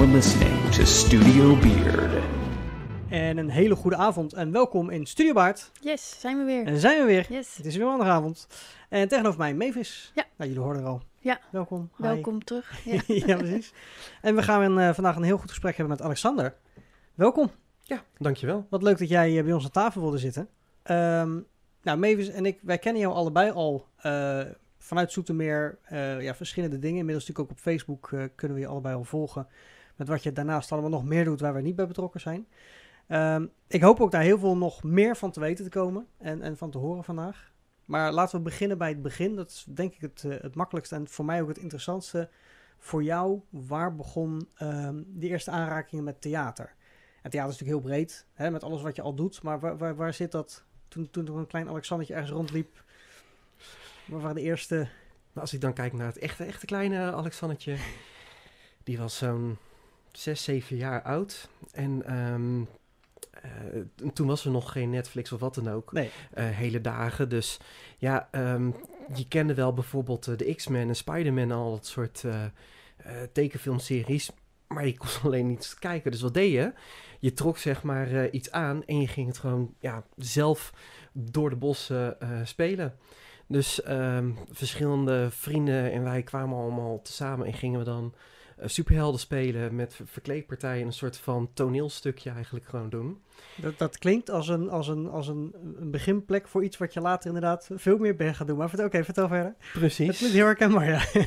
listening to Studio Beard. En een hele goede avond en welkom in Studio Baard. Yes, zijn we weer. En zijn we weer. Yes. Het is weer maandagavond. En tegenover mij Mavis. Ja. Nou, jullie hoorden er al. Ja. Welkom. Hi. Welkom terug. Ja. Ja, precies. En we gaan vandaag een heel goed gesprek hebben met Alexander. Welkom. Ja, dankjewel. Wat leuk dat jij bij ons aan tafel wilde zitten. Nou, Mavis en ik, wij kennen jou allebei al vanuit Zoetermeer. Verschillende dingen. Inmiddels natuurlijk ook op Facebook kunnen we je allebei al volgen. Met wat je daarnaast allemaal nog meer doet waar we niet bij betrokken zijn. Ik hoop ook daar heel veel nog meer van te weten te komen en van te horen vandaag. Maar laten we beginnen bij het begin. Dat is denk ik het makkelijkste en voor mij ook het interessantste. Voor jou, waar begon die eerste aanrakingen met theater? En theater is natuurlijk heel breed, hè, met alles wat je al doet. Maar waar zit dat toen er een klein Alexandertje ergens rondliep? Waar waren de eerste... Nou, als ik dan kijk naar het echte kleine Alexandertje. Die was zo'n 6, 7 jaar oud. En toen was er nog geen Netflix of wat dan ook. Nee. Hele dagen. Dus ja, je kende wel bijvoorbeeld de X-Men en Spider-Man en al dat soort tekenfilmseries. Maar je kon alleen niet kijken. Dus wat deed je? Je trok zeg maar iets aan en je ging het gewoon zelf door de bossen spelen. Dus verschillende vrienden en wij kwamen allemaal tezamen en gingen we dan superhelden spelen met verkleedpartijen. Een soort van toneelstukje eigenlijk gewoon doen. Dat klinkt als een beginplek voor iets wat je later inderdaad veel meer bent gaat doen. Maar vertel verder. Precies. Dat klinkt heel herkenbaar, ja.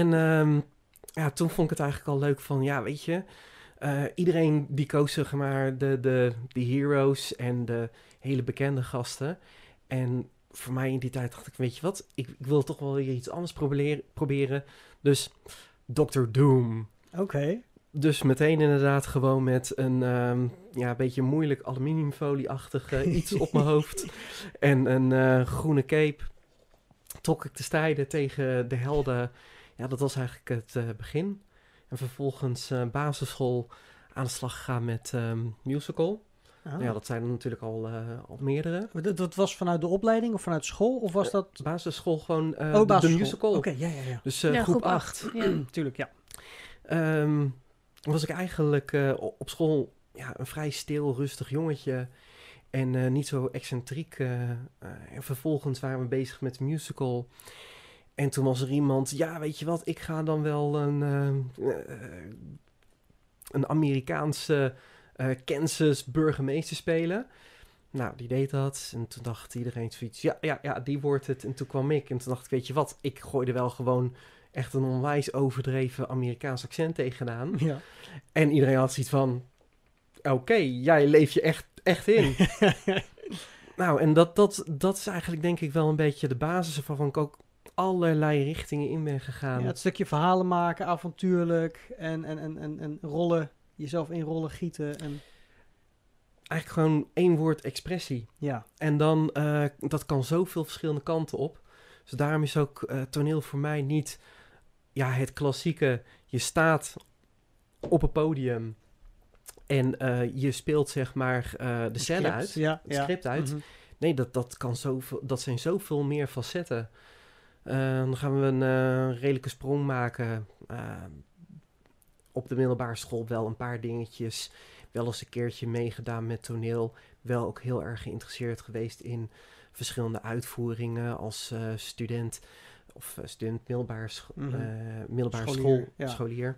En toen vond ik het eigenlijk al leuk van, weet je, iedereen die koos zeg maar de heroes en de hele bekende gasten. En voor mij in die tijd dacht ik, weet je wat, ik wil toch wel weer iets anders proberen. Dus Dr. Doom. Oké. Dus meteen inderdaad gewoon met een beetje moeilijk aluminiumfolie-achtig iets op mijn hoofd. En een groene cape. Trok ik te strijden tegen de helden. Ja, dat was eigenlijk het begin. En vervolgens basisschool aan de slag gegaan met musical. Ah. Ja, dat zijn er natuurlijk al meerdere. Dat was vanuit de opleiding of vanuit school? Of was dat... Basisschool gewoon basisschool. de musical. Oké, ja. Dus groep 8. Ja. Tuurlijk, ja. Was ik eigenlijk op school een vrij stil, rustig jongetje. En niet zo excentriek. En vervolgens waren we bezig met de musical. En toen was er iemand, weet je wat, ik ga dan wel een Amerikaanse Kansas burgemeester spelen. Nou, die deed dat. En toen dacht iedereen zoiets, ja, die wordt het. En toen kwam ik. En toen dacht ik, weet je wat, ik gooide wel gewoon echt een onwijs overdreven Amerikaans accent tegenaan. Ja. En iedereen had zoiets van, oké, jij leef je echt in. Nou, en dat is eigenlijk denk ik wel een beetje de basis waarvan ik ook allerlei richtingen in ben gegaan. Ja, het stukje verhalen maken, avontuurlijk en rollen, jezelf in rollen gieten. En... Eigenlijk gewoon 1 woord expressie. Ja. En dan, dat kan zoveel verschillende kanten op. Dus daarom is ook toneel voor mij niet het klassieke, je staat op een podium en je speelt zeg maar de scène uit, het script uit. Mm-hmm. Nee, dat zijn zoveel meer facetten. Dan gaan we een redelijke sprong maken. Op de middelbare school wel een paar dingetjes. Wel eens een keertje meegedaan met toneel. Wel ook heel erg geïnteresseerd geweest in verschillende uitvoeringen als student. Of student middelbare school, scholier.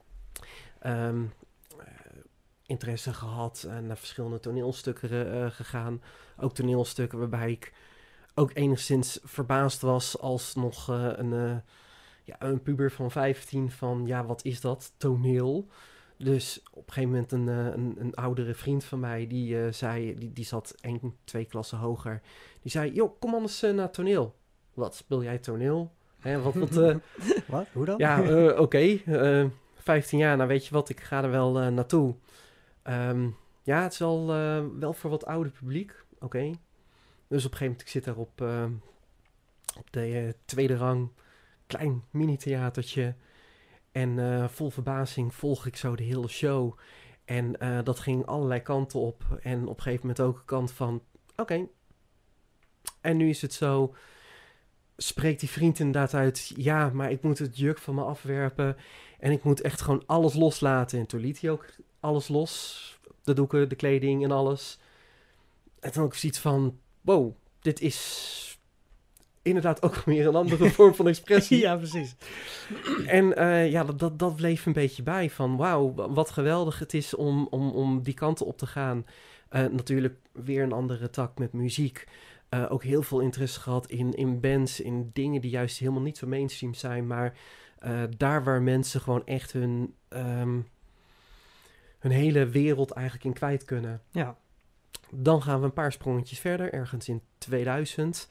Interesse gehad en naar verschillende toneelstukken gegaan. Ook toneelstukken waarbij ik ook enigszins verbaasd was als nog een puber van 15 van, wat is dat? Toneel. Dus op een gegeven moment een oudere vriend van mij, die zei, die zat 1, 2 klassen hoger. Die zei, joh, kom anders naar toneel. Wat, speel jij toneel? Hè, wat? Wat? Hoe dan? Ja, oké. 15 jaar, nou weet je wat, ik ga er wel naartoe. Het is wel voor wat ouder publiek. Oké. Dus op een gegeven moment, ik zit daar op de tweede rang. Klein mini-theatertje. En vol verbazing volg ik zo de hele show. En dat ging allerlei kanten op. En op een gegeven moment ook een kant van, oké. En nu is het zo, spreekt die vriend inderdaad uit... Ja, maar ik moet het juk van me afwerpen. En ik moet echt gewoon alles loslaten. En toen liet hij ook alles los. De doeken, de kleding en alles. En toen ook zoiets van... Wow, dit is inderdaad ook weer een andere vorm van expressie. Ja, precies. En dat bleef een beetje bij van... Wauw, wat geweldig het is om die kanten op te gaan. Natuurlijk weer een andere tak met muziek. Ook heel veel interesse gehad in bands, in dingen die juist helemaal niet zo mainstream zijn. Maar daar waar mensen gewoon echt hun hele wereld eigenlijk in kwijt kunnen. Ja. Dan gaan we een paar sprongetjes verder. Ergens in 2000...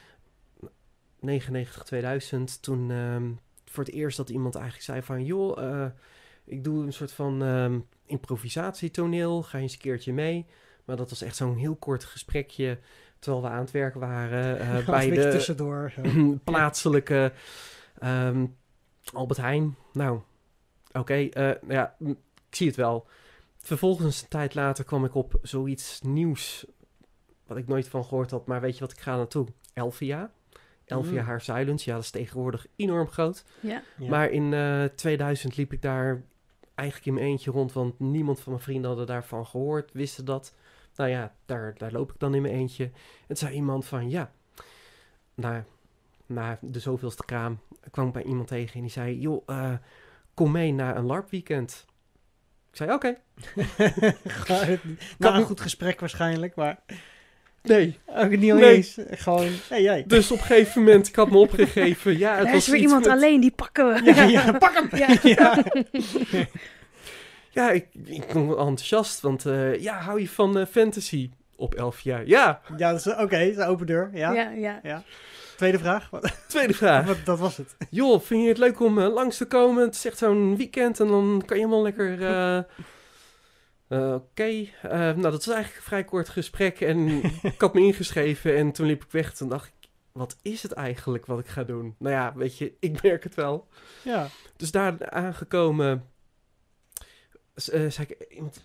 99, 2000, toen voor het eerst dat iemand eigenlijk zei van... joh, ik doe een soort van improvisatietoneel, ga je eens een keertje mee. Maar dat was echt zo'n heel kort gesprekje, terwijl we aan het werk waren bij de tussendoor, plaatselijke Albert Heijn. Nou, oké, ik zie het wel. Vervolgens, een tijd later, kwam ik op zoiets nieuws, wat ik nooit van gehoord had, maar weet je wat, ik ga naartoe? Elvia Haarzuilens. Ja, dat is tegenwoordig enorm groot. Ja. Ja. Maar in 2000 liep ik daar eigenlijk in mijn eentje rond, want niemand van mijn vrienden hadden daarvan gehoord, wisten dat. Nou ja, daar loop ik dan in mijn eentje. En toen zei iemand van, ja, na de zoveelste kraam kwam ik bij iemand tegen en die zei, joh, kom mee naar een LARP-weekend. Ik zei, oké. Na een goed gesprek waarschijnlijk, maar... Nee. Ook niet eens. Gewoon, hey, jij. Dus op een gegeven moment, ik had me opgegeven. Ja, het Er was is weer iets iemand met- alleen, die pakken we. Ja, pak hem! Ja. Ja. Ja, ik kon wel enthousiast, want hou je van fantasy op 11 jaar? Ja. Ja, dat is oké, dat is een open deur. Ja. Ja. Tweede vraag. Tweede vraag. Dat was het. Joh, vind je het leuk om langs te komen? Het is echt zo'n weekend en dan kan je helemaal lekker... Oké. Nou, dat was eigenlijk een vrij kort gesprek en ik had me ingeschreven en toen liep ik weg. Toen dacht ik, wat is het eigenlijk wat ik ga doen? Nou ja, weet je, ik merk het wel. Ja. Dus daar aangekomen, zei ik, iemand,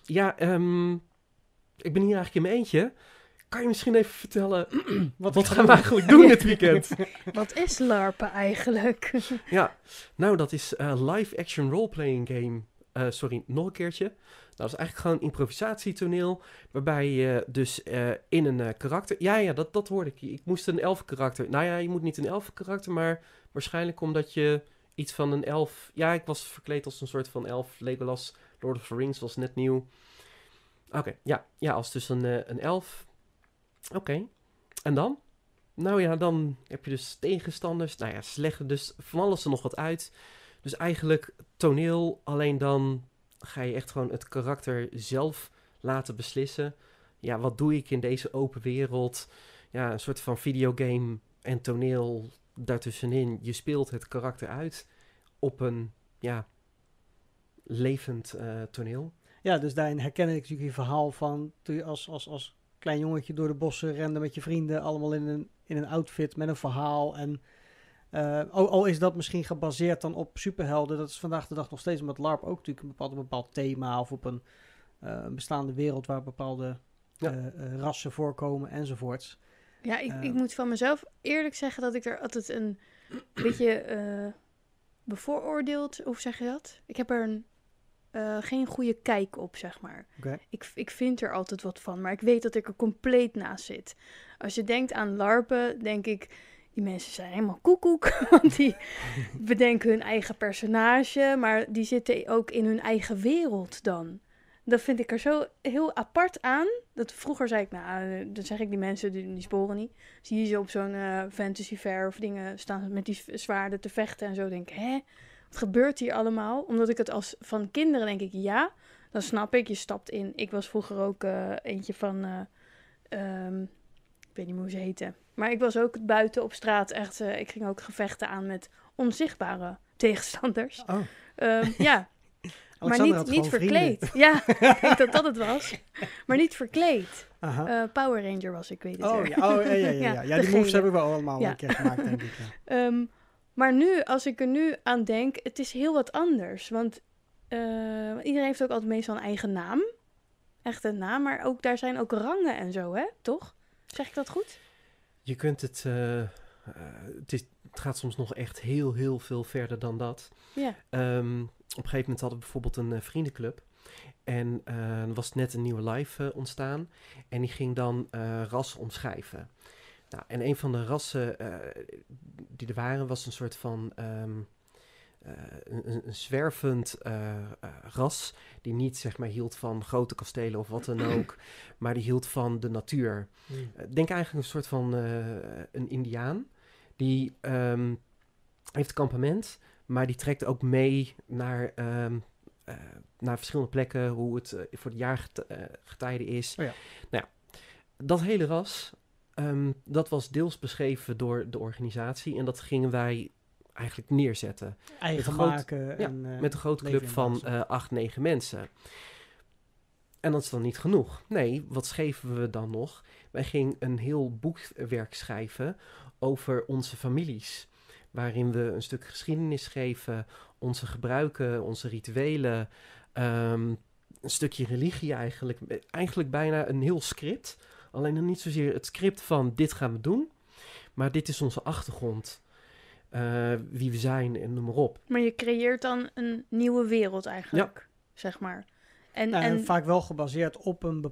ik ben hier eigenlijk in mijn eentje. Kan je misschien even vertellen, wat gaan we eigenlijk doen dit weekend? Wat is LARPen eigenlijk? Ja, nou dat is live action roleplaying game. Nog een keertje. Dat is eigenlijk gewoon improvisatietoneel, waarbij je dus in een karakter... Ja, dat hoorde ik. Ik moest een elfenkarakter... Nou ja, je moet niet een elfenkarakter, maar waarschijnlijk omdat je iets van een elf... Ja, ik was verkleed als een soort van elf. Legolas, Lord of the Rings was net nieuw. Oké, ja, als dus een elf. Oké. En dan? Nou ja, dan heb je dus tegenstanders. Nou ja, ze leggen dus van alles er nog wat uit. Dus eigenlijk toneel, alleen dan ga je echt gewoon het karakter zelf laten beslissen. Ja, wat doe ik in deze open wereld? Ja, een soort van videogame en toneel daartussenin. Je speelt het karakter uit op een, levend toneel. Ja, dus daarin herken ik natuurlijk je verhaal van toen je als klein jongetje door de bossen rende met je vrienden, allemaal in een outfit met een verhaal. En al is dat misschien gebaseerd dan op superhelden, dat is vandaag de dag nog steeds met LARP ook natuurlijk een bepaald thema of op een bestaande wereld waar bepaalde rassen voorkomen enzovoorts. Ja, ik moet van mezelf eerlijk zeggen dat ik er altijd een beetje bevooroordeeld, hoe zeg je dat? Ik heb er geen goede kijk op, zeg maar. Okay. Ik vind er altijd wat van, maar ik weet dat ik er compleet naast zit. Als je denkt aan LARPen, denk ik, die mensen zijn helemaal koekoek, want die bedenken hun eigen personage, maar die zitten ook in hun eigen wereld dan. Dat vind ik er zo heel apart aan. Dat vroeger zei ik, dan zeg ik die mensen, die sporen niet. Zie je ze op zo'n fantasy fair of dingen staan met die zwaarden te vechten en zo. Denk ik, wat gebeurt hier allemaal? Omdat ik het als van kinderen denk ik, ja, dan snap ik. Je stapt in. Ik was vroeger ook eentje van, ik weet niet hoe ze heten. Maar ik was ook buiten op straat echt, ik ging ook gevechten aan met onzichtbare tegenstanders. Oh. Ja. Maar niet verkleed. Ja, ik denk dat het was. Maar niet verkleed. Power Ranger was ik, weet het weer. Ja, die moves hebben we allemaal een keer gemaakt, denk ik. Ja. Maar nu, als ik er nu aan denk, het is heel wat anders. Want iedereen heeft ook altijd meestal een eigen naam. Echt een naam, maar ook, daar zijn ook rangen en zo, hè? Toch? Zeg ik dat goed? Je kunt het het gaat soms nog echt heel, heel veel verder dan dat. Ja. Op een gegeven moment hadden we bijvoorbeeld een vriendenclub. En er was net een nieuwe live ontstaan. En die ging dan rassen omschrijven. Nou, en een van de rassen die er waren, was een soort van een zwervend ras. Die niet, zeg maar, hield van grote kastelen of wat dan ook. Maar die hield van de natuur. Denk eigenlijk een soort van een indiaan. Die heeft een kampement, maar die trekt ook mee naar verschillende plekken, hoe het voor de jaargetijden is. Oh ja. Nou ja, dat hele ras, dat was deels beschreven door de organisatie en dat gingen wij eigenlijk neerzetten. Eigen Met een maken. En, met een grote leven club in van basis. 8, 9 mensen. En dat is dan niet genoeg. Nee, wat schreven we dan nog? Wij gingen een heel boekwerk schrijven over onze families. Waarin we een stuk geschiedenis schreven, onze gebruiken, onze rituelen, een stukje religie eigenlijk. Eigenlijk bijna een heel script. Alleen dan niet zozeer het script van dit gaan we doen, maar dit is onze achtergrond. Wie we zijn en noem maar op. Maar je creëert dan een nieuwe wereld eigenlijk, zeg maar. En Vaak wel gebaseerd op een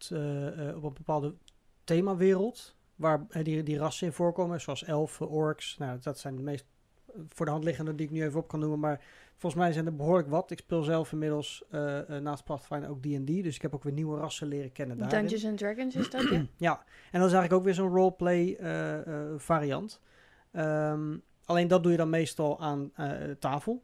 bepaalde themawereld. Waar die rassen in voorkomen, zoals elfen, orks. Nou, dat zijn de meest voor de hand liggende die ik nu even op kan noemen. Maar volgens mij zijn er behoorlijk wat. Ik speel zelf inmiddels naast Pathfinder ook D&D. Dus ik heb ook weer nieuwe rassen leren kennen daarin. Dungeons and Dragons is dat, ja? Ja, en dat is eigenlijk ook weer zo'n roleplay variant. Alleen dat doe je dan meestal aan tafel.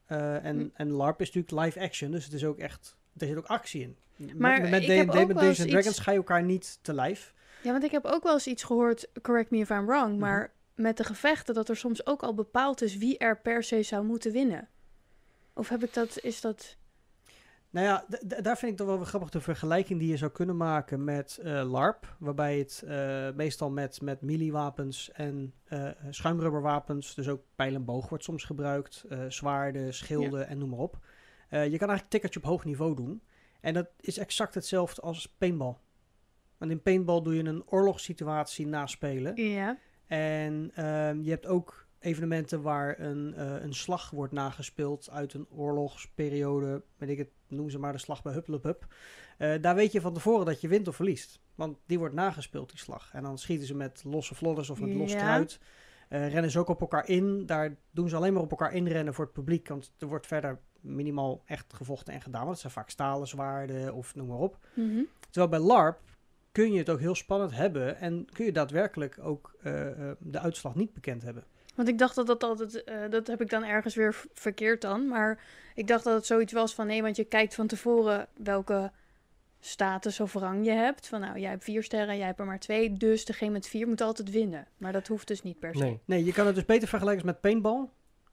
En LARP is natuurlijk live action, dus het is ook echt... Er zit ook actie in. Maar met ik heb ook wel Dungeons eens Dragons iets- ga je elkaar niet te lijf. Ja, want ik heb ook wel eens iets gehoord, correct me if I'm wrong, Mhm. maar met de gevechten dat er soms ook al bepaald is wie er per se zou moeten winnen. Of heb ik dat, is dat... Nou ja, daar vind ik toch wel weer grappig de vergelijking die je zou kunnen maken met LARP. Waarbij het meestal met melee-wapens en schuimrubberwapens, dus ook pijl en boog wordt soms gebruikt. Zwaarden, schilden en noem maar op. Je kan eigenlijk een tikkertje op hoog niveau doen. En dat is exact hetzelfde als paintball. Want in paintball doe je een oorlogssituatie naspelen. Ja. En je hebt ook evenementen waar een slag wordt nagespeeld uit een oorlogsperiode. Weet ik het, noem ze maar de slag bij Hupplepup. Daar weet je van tevoren dat je wint of verliest. Want die wordt nagespeeld, die slag. En dan schieten ze met losse vlodders of met los Ja. kruid. Rennen ze ook op elkaar in. Daar doen ze alleen maar op elkaar inrennen voor het publiek. Want er wordt verder minimaal echt gevochten en gedaan. Want het zijn vaak stalen zwaarden of noem maar op. Mhm. Terwijl bij LARP kun je het ook heel spannend hebben. En kun je daadwerkelijk ook de uitslag niet bekend hebben. Want ik dacht dat dat altijd, dat heb ik dan ergens weer verkeerd dan. Maar ik dacht dat het zoiets was van nee, want je kijkt van tevoren welke status of rang je hebt. Van nou, jij hebt 4 sterren, jij hebt er maar 2. Dus degene met 4 moet altijd winnen. Maar dat hoeft dus niet per se. Nee. Nee, je kan het dus beter vergelijken met paintball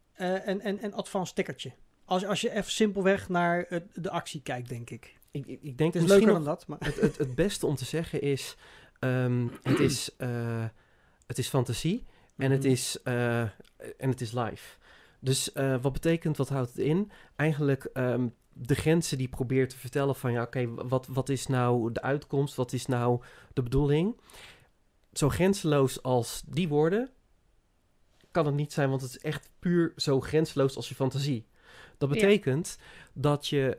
en advanced tikkertje. Als je even simpelweg naar de actie kijkt, denk ik. Ik denk Het is misschien leuker nog dan dat, maar... het beste om te zeggen is, het is fantasie en het is live. Dus wat betekent, wat houdt het in? Eigenlijk de grenzen die probeert te vertellen van ja, oké, wat is nou de uitkomst? Wat is nou de bedoeling? Zo grenzeloos als die woorden kan het niet zijn, want het is echt puur zo grenzeloos als je fantasie. Dat betekent dat je...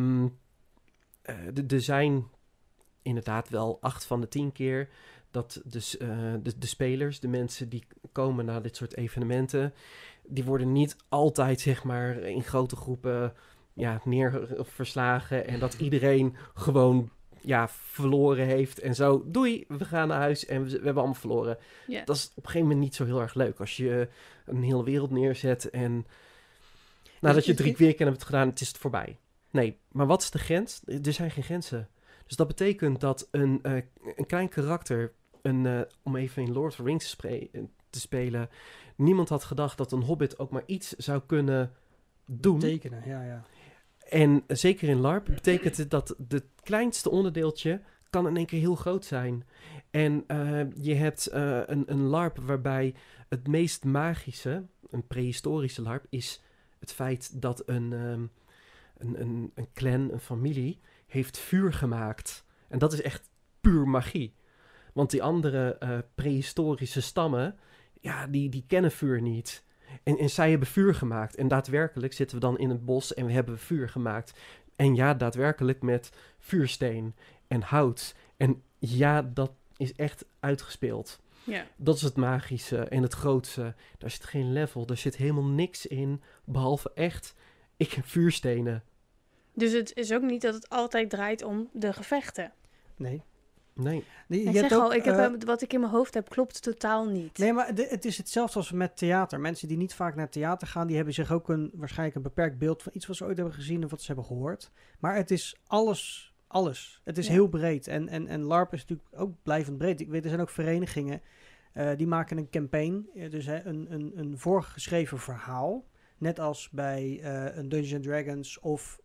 er zijn inderdaad wel 8 van de 10 keer dat dus, de spelers, de mensen die komen naar dit soort evenementen, die worden niet altijd, zeg maar, in grote groepen verslagen en dat iedereen gewoon verloren heeft en zo. Doei, we gaan naar huis en we hebben allemaal verloren. Ja. Dat is op een gegeven moment niet zo heel erg leuk als je een hele wereld neerzet en nadat je 3 keer hebt gedaan, het is het voorbij. Nee, maar wat is de grens? Er zijn geen grenzen. Dus dat betekent dat een klein karakter, om even in Lord of the Rings te spelen, niemand had gedacht dat een hobbit ook maar iets zou kunnen doen. Tekenen, ja. En zeker in LARP betekent het dat het kleinste onderdeeltje kan in één keer heel groot zijn. En je hebt een LARP waarbij het meest magische, een prehistorische LARP, is het feit dat een clan, een familie, heeft vuur gemaakt. En dat is echt puur magie. Want die andere prehistorische stammen die kennen vuur niet. En zij hebben vuur gemaakt. En daadwerkelijk zitten we dan in het bos en we hebben vuur gemaakt. En ja, daadwerkelijk met vuursteen en hout. En ja, dat is echt uitgespeeld. Ja. Dat is het magische en het grootste. Daar zit geen level, daar zit helemaal niks in. Behalve echt, ik heb vuurstenen. Dus het is ook niet dat het altijd draait om de gevechten. Nee. Nee. Ik zeg al, wat ik in mijn hoofd heb, klopt totaal niet. Nee, maar het is hetzelfde als met theater. Mensen die niet vaak naar theater gaan, die hebben zich ook waarschijnlijk een beperkt beeld van iets wat ze ooit hebben gezien of wat ze hebben gehoord. Maar het is alles. Het is heel breed. En LARP is natuurlijk ook blijvend breed. Ik weet, er zijn ook verenigingen die maken een campaign. Dus een voorgeschreven verhaal. Net als bij een Dungeons & Dragons of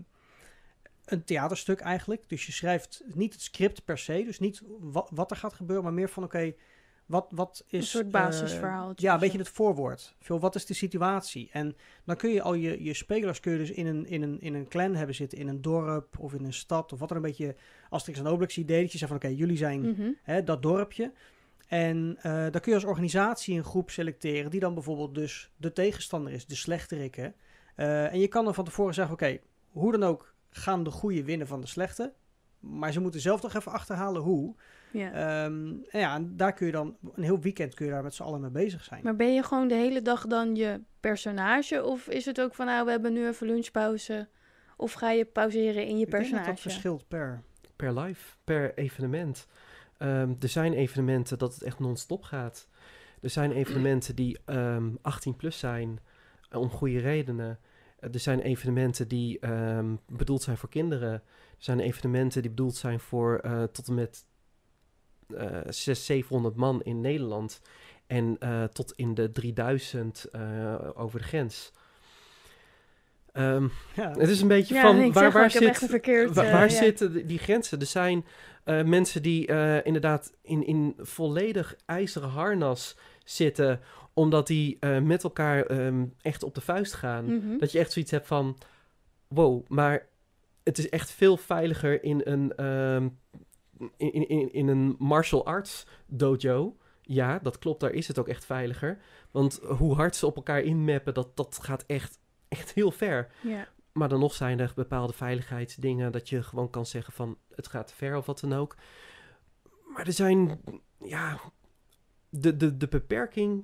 een theaterstuk eigenlijk. Dus je schrijft niet het script per se. Dus niet wat er gaat gebeuren, maar meer van oké, wat is... Een soort basisverhaal. Ja, een beetje het voorwoord. Wat is de situatie? En dan kun je al je spelers kun je dus in een clan hebben zitten, in een dorp of in een stad of wat er een beetje Asterix en Obelix idee. Dat je zegt van oké, jullie zijn dat dorpje. En dan kun je als organisatie een groep selecteren die dan bijvoorbeeld dus de tegenstander is, de slechterik. En je kan dan van tevoren zeggen, oké, hoe dan ook gaan de goeie winnen van de slechte. Maar ze moeten zelf toch even achterhalen hoe. Ja. En daar kun je dan, een heel weekend kun je daar met z'n allen mee bezig zijn. Maar ben je gewoon de hele dag dan je personage? Of is het ook van, nou, we hebben nu even lunchpauze? Of ga je pauzeren in je personage? Ik denk dat verschilt Per live, per evenement. Er zijn evenementen dat het echt non-stop gaat. Er zijn evenementen die 18 plus zijn, om goede redenen. Er zijn evenementen die bedoeld zijn voor kinderen. Er zijn evenementen die bedoeld zijn voor tot en met 600-700 man in Nederland. En tot in de 3000 over de grens. Het is een beetje van waar zitten die grenzen? Er zijn mensen die inderdaad in volledig ijzeren harnas zitten, omdat die met elkaar echt op de vuist gaan. Mm-hmm. Dat je echt zoiets hebt van, wow, maar het is echt veel veiliger in een martial arts dojo. Ja, dat klopt, daar is het ook echt veiliger. Want hoe hard ze op elkaar inmappen, dat gaat echt heel ver. Ja. Maar dan nog zijn er bepaalde veiligheidsdingen dat je gewoon kan zeggen van het gaat te ver of wat dan ook. Maar er zijn, de beperking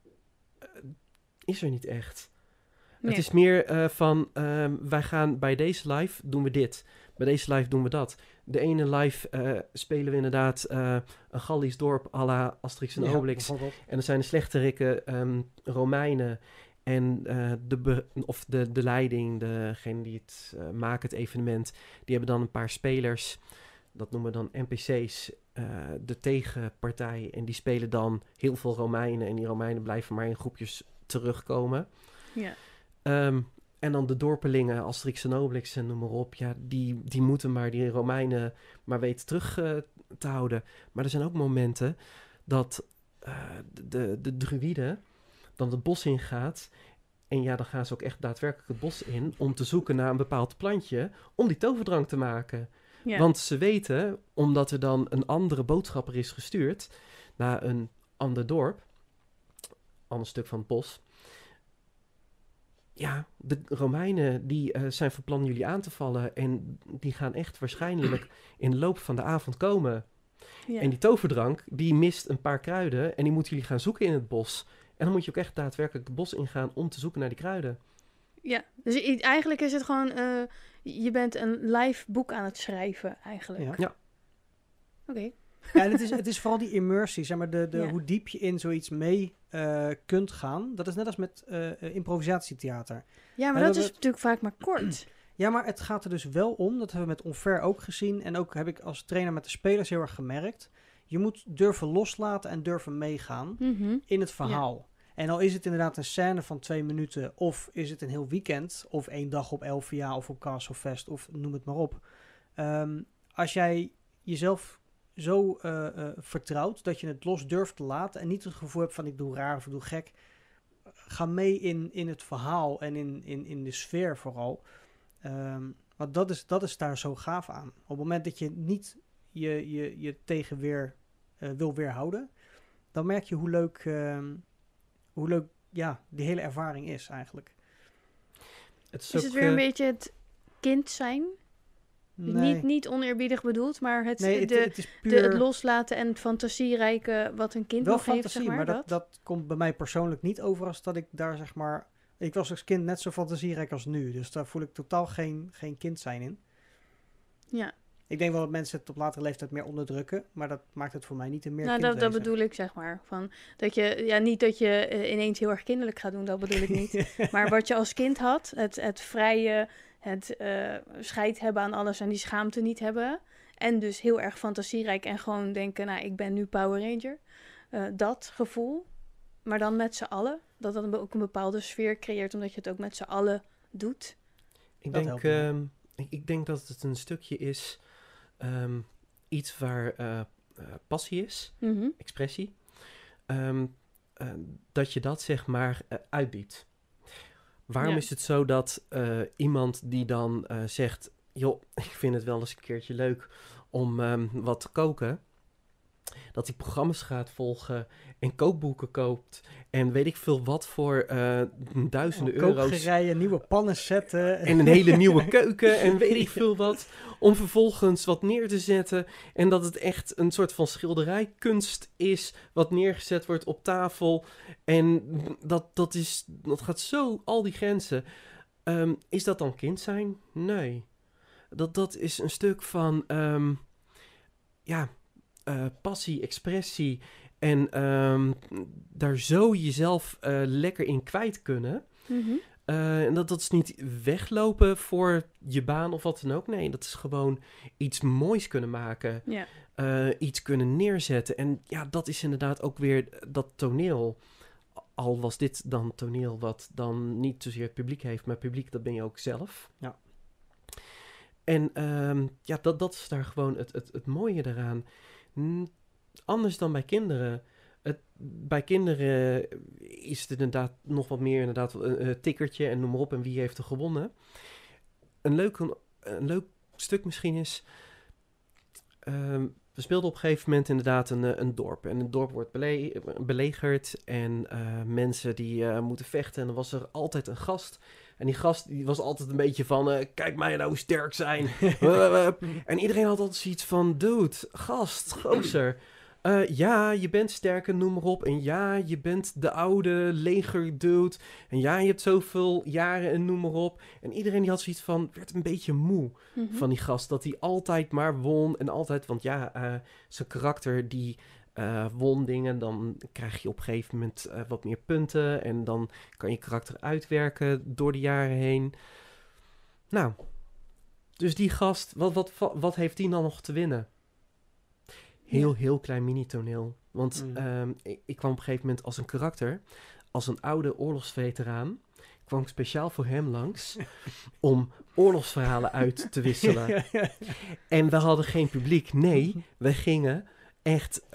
is er niet echt. Nee. Het is meer van wij gaan bij deze live doen we dit. Bij deze live doen we dat. De ene live spelen we inderdaad een Gallisch dorp à la Asterix en Obelix. En dan zijn de slechterikken Romeinen. En de leiding, degene die het maken, het evenement, die hebben dan een paar spelers. Dat noemen we dan NPC's, de tegenpartij. En die spelen dan heel veel Romeinen. En die Romeinen blijven maar in groepjes terugkomen. Ja. En dan de dorpelingen, Asterix en Obelix en noem maar op. Ja, die moeten maar die Romeinen maar weten terug te houden. Maar er zijn ook momenten dat de druïde dan het bos ingaat. En ja, dan gaan ze ook echt daadwerkelijk het bos in om te zoeken naar een bepaald plantje om die toverdrank te maken. Ja. Want ze weten, omdat er dan een andere boodschapper is gestuurd naar een ander dorp, ander stuk van het bos. Ja, de Romeinen die zijn van plan jullie aan te vallen en die gaan echt waarschijnlijk in de loop van de avond komen. Ja. En die toverdrank, die mist een paar kruiden en die moeten jullie gaan zoeken in het bos. En dan moet je ook echt daadwerkelijk het bos ingaan om te zoeken naar die kruiden. Ja, dus eigenlijk is het gewoon, je bent een live boek aan het schrijven eigenlijk. Ja. Oké. Ja, en het is vooral die immersie, zeg maar, hoe diep je in zoiets mee kunt gaan. Dat is net als met improvisatietheater. Ja, maar dat is natuurlijk vaak maar kort. Ja, maar het gaat er dus wel om, dat hebben we met Onfair ook gezien. En ook heb ik als trainer met de spelers heel erg gemerkt. Je moet durven loslaten en durven meegaan in het verhaal. Ja. En al is het inderdaad een scène van 2 minuten, of is het een heel weekend, of 1 dag op Elfia, of op Castlefest, of noem het maar op. Als jij jezelf zo vertrouwt dat je het los durft te laten en niet het gevoel hebt van ik doe raar of ik doe gek. Ga mee in het verhaal en in de sfeer vooral. Want dat is daar zo gaaf aan. Op het moment dat je niet je tegenweer wil weerhouden, dan merk je hoe leuk hoe leuk die hele ervaring is eigenlijk. Is het weer een beetje het kind zijn? Nee. Niet oneerbiedig bedoeld, maar het is puur... het loslaten en het fantasierijke wat een kind wel nog heeft, fantasie, zeg maar. dat komt bij mij persoonlijk niet over als dat ik daar zeg maar... Ik was als kind net zo fantasierijk als nu, dus daar voel ik totaal geen kind zijn in. Ja. Ik denk wel dat mensen het op latere leeftijd meer onderdrukken, maar dat maakt het voor mij niet een meer Nou, kind dat bedoel ik, zeg maar. Van, dat je, niet dat je ineens heel erg kinderlijk gaat doen, dat bedoel ik niet. Maar wat je als kind had, het vrije, het scheid hebben aan alles en die schaamte niet hebben. En dus heel erg fantasierijk en gewoon denken, nou, ik ben nu Power Ranger. Dat gevoel, maar dan met z'n allen. Dat dan ook een bepaalde sfeer creëert, omdat je het ook met z'n allen doet. Ik denk dat het een stukje is, iets waar passie is, expressie, dat je dat zeg maar uitbiedt. Waarom is het zo dat iemand die dan zegt, joh, ik vind het wel eens een keertje leuk om wat te koken, dat hij programma's gaat volgen en kookboeken koopt en weet ik veel wat voor duizenden euro's. Kookgerijen, nieuwe pannen zetten. En een hele nieuwe keuken en weet ik veel wat. Om vervolgens wat neer te zetten. En dat het echt een soort van schilderijkunst is wat neergezet wordt op tafel. En dat gaat zo al die grenzen. Is dat dan kind zijn? Nee. Dat is een stuk van passie, expressie en daar zo jezelf lekker in kwijt kunnen. En dat is niet weglopen voor je baan of wat dan ook. Nee, dat is gewoon iets moois kunnen maken. Ja. Iets kunnen neerzetten. En ja, dat is inderdaad ook weer dat toneel. Al was dit dan toneel wat dan niet zozeer het publiek heeft, maar publiek, dat ben je ook zelf. Ja. En dat is daar gewoon het mooie eraan. Anders dan bij kinderen. Bij kinderen is het inderdaad nog wat meer een tikkertje en noem maar op en wie heeft er gewonnen. Een leuk stuk misschien is, we speelden op een gegeven moment inderdaad een dorp. En het dorp wordt belegerd en mensen die moeten vechten. En dan was er altijd een gast. En die gast die was altijd een beetje van, kijk mij nou sterk zijn. En iedereen had altijd zoiets van, dude, gast, gozer. Ja, je bent sterker, noem maar op. En ja, je bent de oude legerdude. En ja, je hebt zoveel jaren en noem maar op. En iedereen die had zoiets van, werd een beetje moe van die gast. Dat hij altijd maar won en altijd, want ja, zijn karakter die won dingen. Dan krijg je op een gegeven moment wat meer punten. En dan kan je karakter uitwerken door de jaren heen. Nou, dus die gast, wat heeft die dan nog te winnen? Heel klein mini-toneel. Want ik kwam op een gegeven moment als een karakter, als een oude oorlogsveteraan, kwam ik speciaal voor hem langs om oorlogsverhalen uit te wisselen. En we hadden geen publiek. Nee, we gingen echt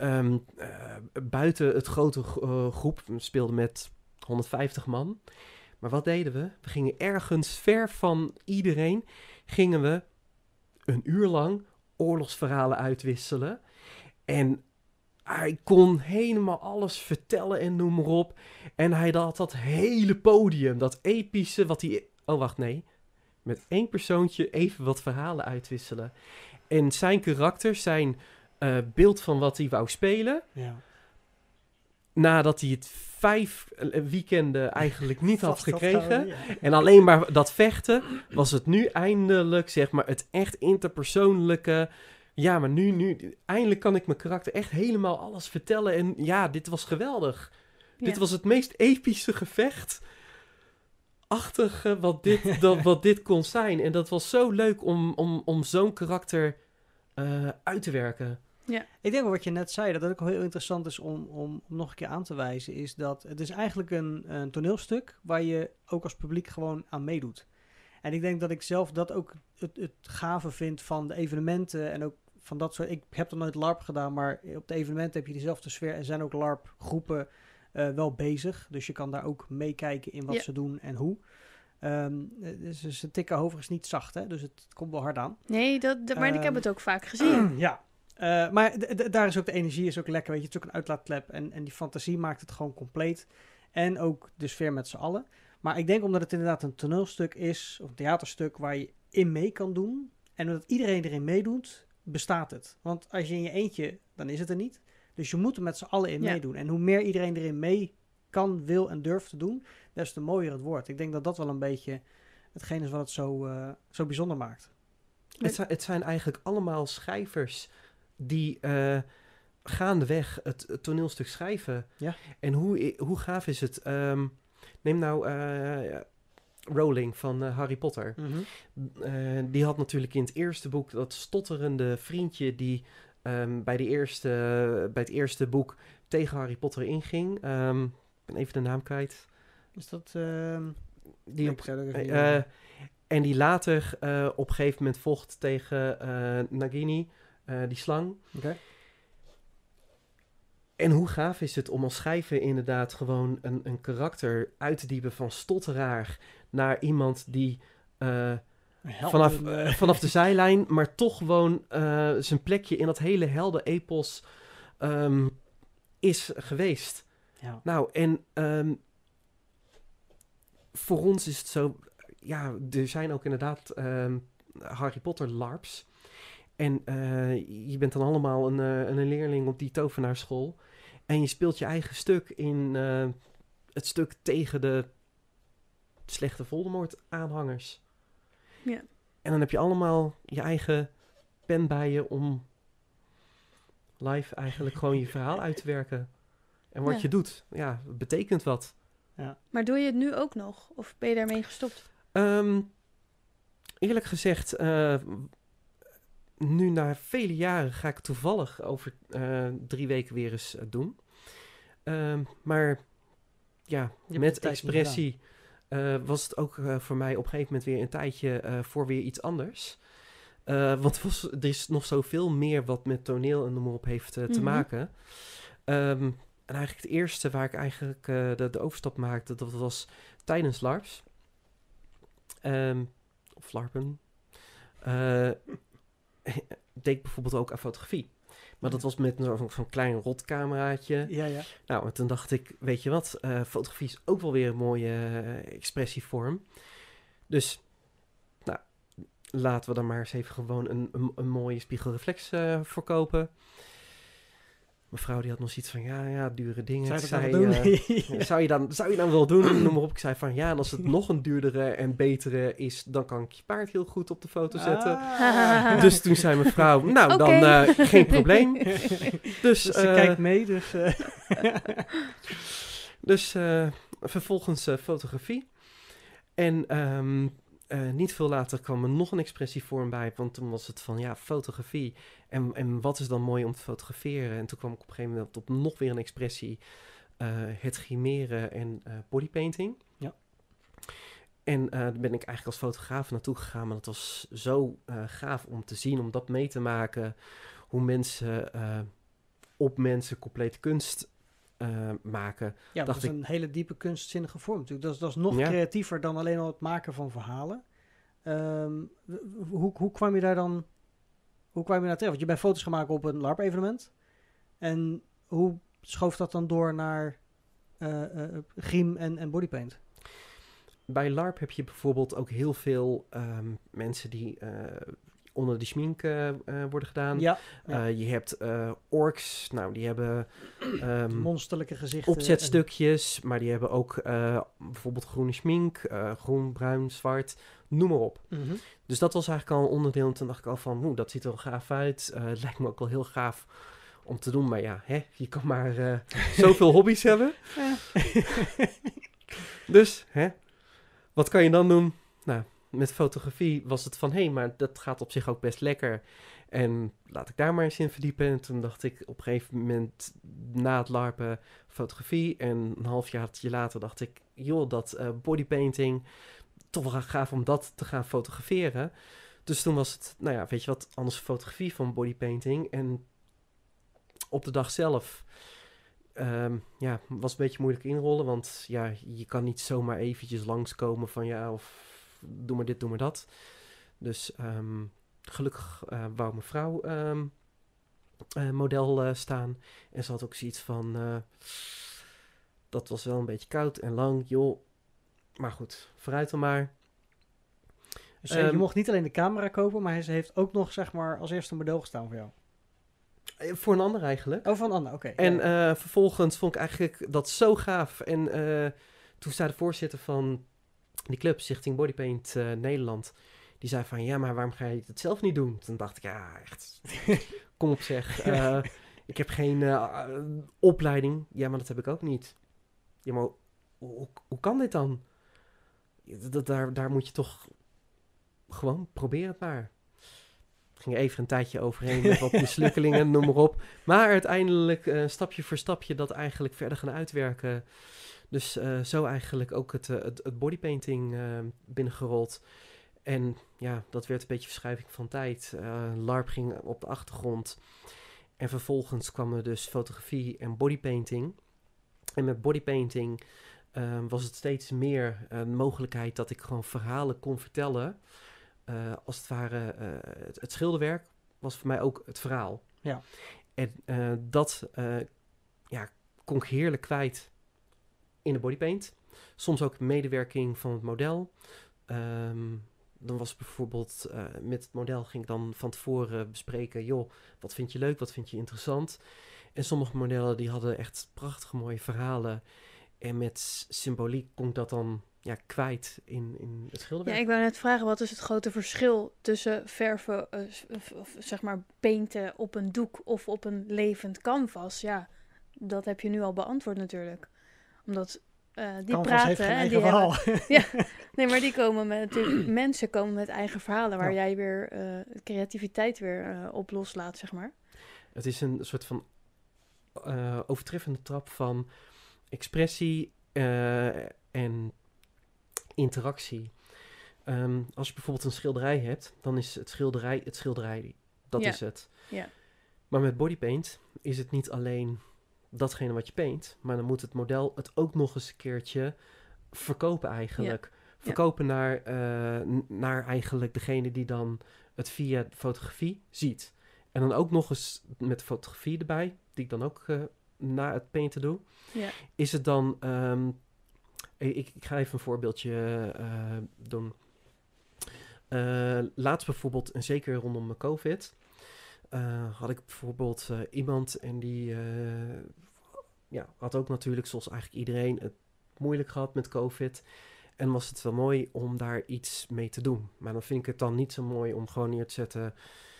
buiten het grote groep. We speelden met 150 man. Maar wat deden we? We gingen ergens ver van iedereen, gingen we een uur lang oorlogsverhalen uitwisselen. En hij kon helemaal alles vertellen en noem maar op. En hij had dat hele podium, dat epische, wat hij... Oh, wacht, nee. Met één persoontje even wat verhalen uitwisselen. En zijn karakter, zijn beeld van wat hij wou spelen... Ja. Nadat hij het 5 weekenden eigenlijk niet had gekregen... Ja. En alleen maar dat vechten, was het nu eindelijk, zeg maar, het echt interpersoonlijke... Ja, maar nu, eindelijk kan ik mijn karakter echt helemaal alles vertellen. En ja, dit was geweldig. Ja. Dit was het meest epische gevecht. Achtige wat dit kon zijn. En dat was zo leuk om zo'n karakter uit te werken. Ja. Ik denk wel wat je net zei, dat het ook heel interessant is om nog een keer aan te wijzen, is dat het is eigenlijk een toneelstuk waar je ook als publiek gewoon aan meedoet. En ik denk dat ik zelf dat ook het gave vind van de evenementen en ook van dat soort... Ik heb er nooit LARP gedaan, maar op de evenementen heb je dezelfde sfeer en zijn ook LARP-groepen wel bezig. Dus je kan daar ook meekijken in wat ze doen en hoe. Dus ze tikken overigens niet zacht, hè? Dus het komt wel hard aan. Nee, maar ik heb het ook vaak gezien. Ja. Maar daar is ook de energie is ook lekker, weet je. Het is ook een uitlaatklep en die fantasie maakt het gewoon compleet. En ook de sfeer met z'n allen. Maar ik denk omdat het inderdaad een toneelstuk is, of een theaterstuk waar je in mee kan doen. En omdat iedereen erin meedoet, bestaat het. Want als je in je eentje, dan is het er niet. Dus je moet er met z'n allen in meedoen. En hoe meer iedereen erin mee kan, wil en durft te doen, des te mooier het wordt. Ik denk dat dat wel een beetje hetgeen is wat het zo bijzonder maakt. Het zijn eigenlijk allemaal schrijvers die gaandeweg het toneelstuk schrijven. Ja. En hoe gaaf is het? Neem nou Rowling van Harry Potter. Die had natuurlijk in het eerste boek dat stotterende vriendje die bij het eerste boek tegen Harry Potter inging. Ik ben even de naam kwijt. Is dat... Die en die later op een gegeven moment vocht tegen Nagini, die slang. Okay. En hoe gaaf is het om als schrijver inderdaad gewoon een karakter uit te diepen van stotteraar naar iemand die vanaf de zijlijn, maar toch gewoon zijn plekje in dat hele heldenepos is geweest. Ja. Nou, en voor ons is het zo... Ja, er zijn ook inderdaad Harry Potter LARPs. En je bent dan allemaal een leerling op die tovenaarschool. En je speelt je eigen stuk in het stuk tegen de slechte Voldemort-aanhangers. Ja. En dan heb je allemaal je eigen pen bij je om live eigenlijk gewoon je verhaal uit te werken. En wat je doet, ja, betekent wat. Ja. Maar doe je het nu ook nog? Of ben je daarmee gestopt? Eerlijk gezegd, nu na vele jaren ga ik toevallig over 3 weken weer eens doen. Maar ja, met expressie was het ook voor mij op een gegeven moment weer een tijdje voor weer iets anders. Want er is nog zoveel meer wat met toneel en noem maar op heeft te maken. En eigenlijk het eerste waar ik eigenlijk de overstap maakte, dat was tijdens LARPs. Of LARPen. Deed ik bijvoorbeeld ook aan fotografie. Maar dat was met zo'n klein rotcameraatje. Ja. Nou, en toen dacht ik, weet je wat, fotografie is ook wel weer een mooie expressievorm. Dus, nou, laten we dan maar eens even gewoon een mooie spiegelreflex voor kopen. Mevrouw die had nog zoiets van, ja, dure dingen. Zou je dan wel doen? Noem maar op. Ik zei van, ja, en als het nog een duurdere en betere is, dan kan ik je paard heel goed op de foto zetten. Dus toen zei mevrouw, nou, dan geen probleem. Dus ze kijkt mee, dus... Dus vervolgens fotografie. En niet veel later kwam er nog een expressievorm bij, want toen was het van, ja, fotografie. En wat is dan mooi om te fotograferen? En toen kwam ik op een gegeven moment op nog weer een expressie, het grimeren en bodypainting. Ja. En daar ben ik eigenlijk als fotograaf naartoe gegaan, maar dat was zo gaaf om te zien, om dat mee te maken, hoe mensen op mensen complete kunst maken. Ja, dat is een hele diepe kunstzinnige vorm natuurlijk. Dat is nog creatiever dan alleen al het maken van verhalen. Hoe kwam je daar dan... Hoe kwam je daar terecht? Want je bent foto's gaan maken op een LARP-evenement. En hoe schoof dat dan door naar griem en bodypaint? Bij LARP heb je bijvoorbeeld ook heel veel mensen die onder de schmink worden gedaan. Ja. Je hebt orks, nou die hebben monsterlijke gezichten. Opzetstukjes, maar die hebben ook bijvoorbeeld groene schmink, groen, bruin, zwart, noem maar op. Mm-hmm. Dus dat was eigenlijk al een onderdeel. En toen dacht ik al van, dat ziet er wel gaaf uit. Het lijkt me ook wel heel gaaf om te doen. Maar ja, je kan maar zoveel hobby's hebben. Dus, wat kan je dan doen? Nou, met fotografie was het van, maar dat gaat op zich ook best lekker. En laat ik daar maar eens in verdiepen. En toen dacht ik op een gegeven moment, na het LARPen, fotografie. En een halfjaartje later dacht ik, joh, dat bodypainting, toch wel gaaf om dat te gaan fotograferen. Dus toen was het, weet je wat, anders fotografie van bodypainting. En op de dag zelf, was een beetje moeilijk inrollen. Want ja, je kan niet zomaar eventjes langskomen van of doe maar dit, doe maar dat. Dus gelukkig wou mijn vrouw model staan. En ze had ook zoiets van, Dat was wel een beetje koud en lang, joh. Maar goed, vooruit dan maar. Dus je mocht niet alleen de camera kopen, maar ze heeft ook nog, zeg maar, als eerste een model gestaan voor jou. Voor een ander eigenlijk. Oh, van Anne, oké. En Ja. vervolgens vond ik eigenlijk dat zo gaaf. En toen zei de voorzitter van die club, Stichting Bodypaint Nederland, die zei van, ja, maar waarom ga je het zelf niet doen? Toen dacht ik, ja, echt, kom op zeg. Ik heb geen opleiding. Ja, maar dat heb ik ook niet. Ja, maar hoe kan dit dan? Daar moet je toch gewoon, probeer het maar. Ging even een tijdje overheen met wat mislukkelingen, noem maar op. Maar uiteindelijk stapje voor stapje dat eigenlijk verder gaan uitwerken. Dus zo eigenlijk ook het bodypainting binnengerold. En ja, dat werd een beetje verschuiving van tijd. LARP ging op de achtergrond. En vervolgens kwam er dus fotografie en bodypainting. En met bodypainting was het steeds meer een mogelijkheid dat ik gewoon verhalen kon vertellen. Als het ware, het schilderwerk was voor mij ook het verhaal. Ja. En dat kon ik heerlijk kwijt in de bodypaint. Soms ook medewerking van het model. Dan was bijvoorbeeld met het model ging ik dan van tevoren bespreken, joh, wat vind je leuk, wat vind je interessant? En sommige modellen die hadden echt prachtige mooie verhalen. En met symboliek kon ik dat dan kwijt in het schilderwerk. Ja, ik wou net vragen, wat is het grote verschil tussen verven, of zeg maar painten op een doek of op een levend canvas? Ja, dat heb je nu al beantwoord natuurlijk. Omdat die Canvas praten heeft geen en eigen die verhaal. hebben... Nee, maar die komen natuurlijk... Mensen komen met eigen verhalen waar Ja. jij weer creativiteit weer op loslaat, zeg maar. Het is een soort van overtreffende trap van expressie en interactie. Als je bijvoorbeeld een schilderij hebt, dan is het schilderij. Dat Ja. is het. Ja. Maar met bodypaint is het niet alleen datgene wat je paint, maar dan moet het model het ook nog eens een keertje verkopen eigenlijk. Verkopen naar eigenlijk degene die dan het via fotografie ziet. En dan ook nog eens met de fotografie erbij, die ik dan ook na het painten doe. Ja. Is het dan... ik ga even een voorbeeldje doen. Laatst bijvoorbeeld, en zeker rondom COVID, had ik bijvoorbeeld iemand en die had ook natuurlijk, zoals eigenlijk iedereen, het moeilijk gehad met COVID. En was het wel mooi om daar iets mee te doen. Maar dan vind ik het dan niet zo mooi om gewoon neer te zetten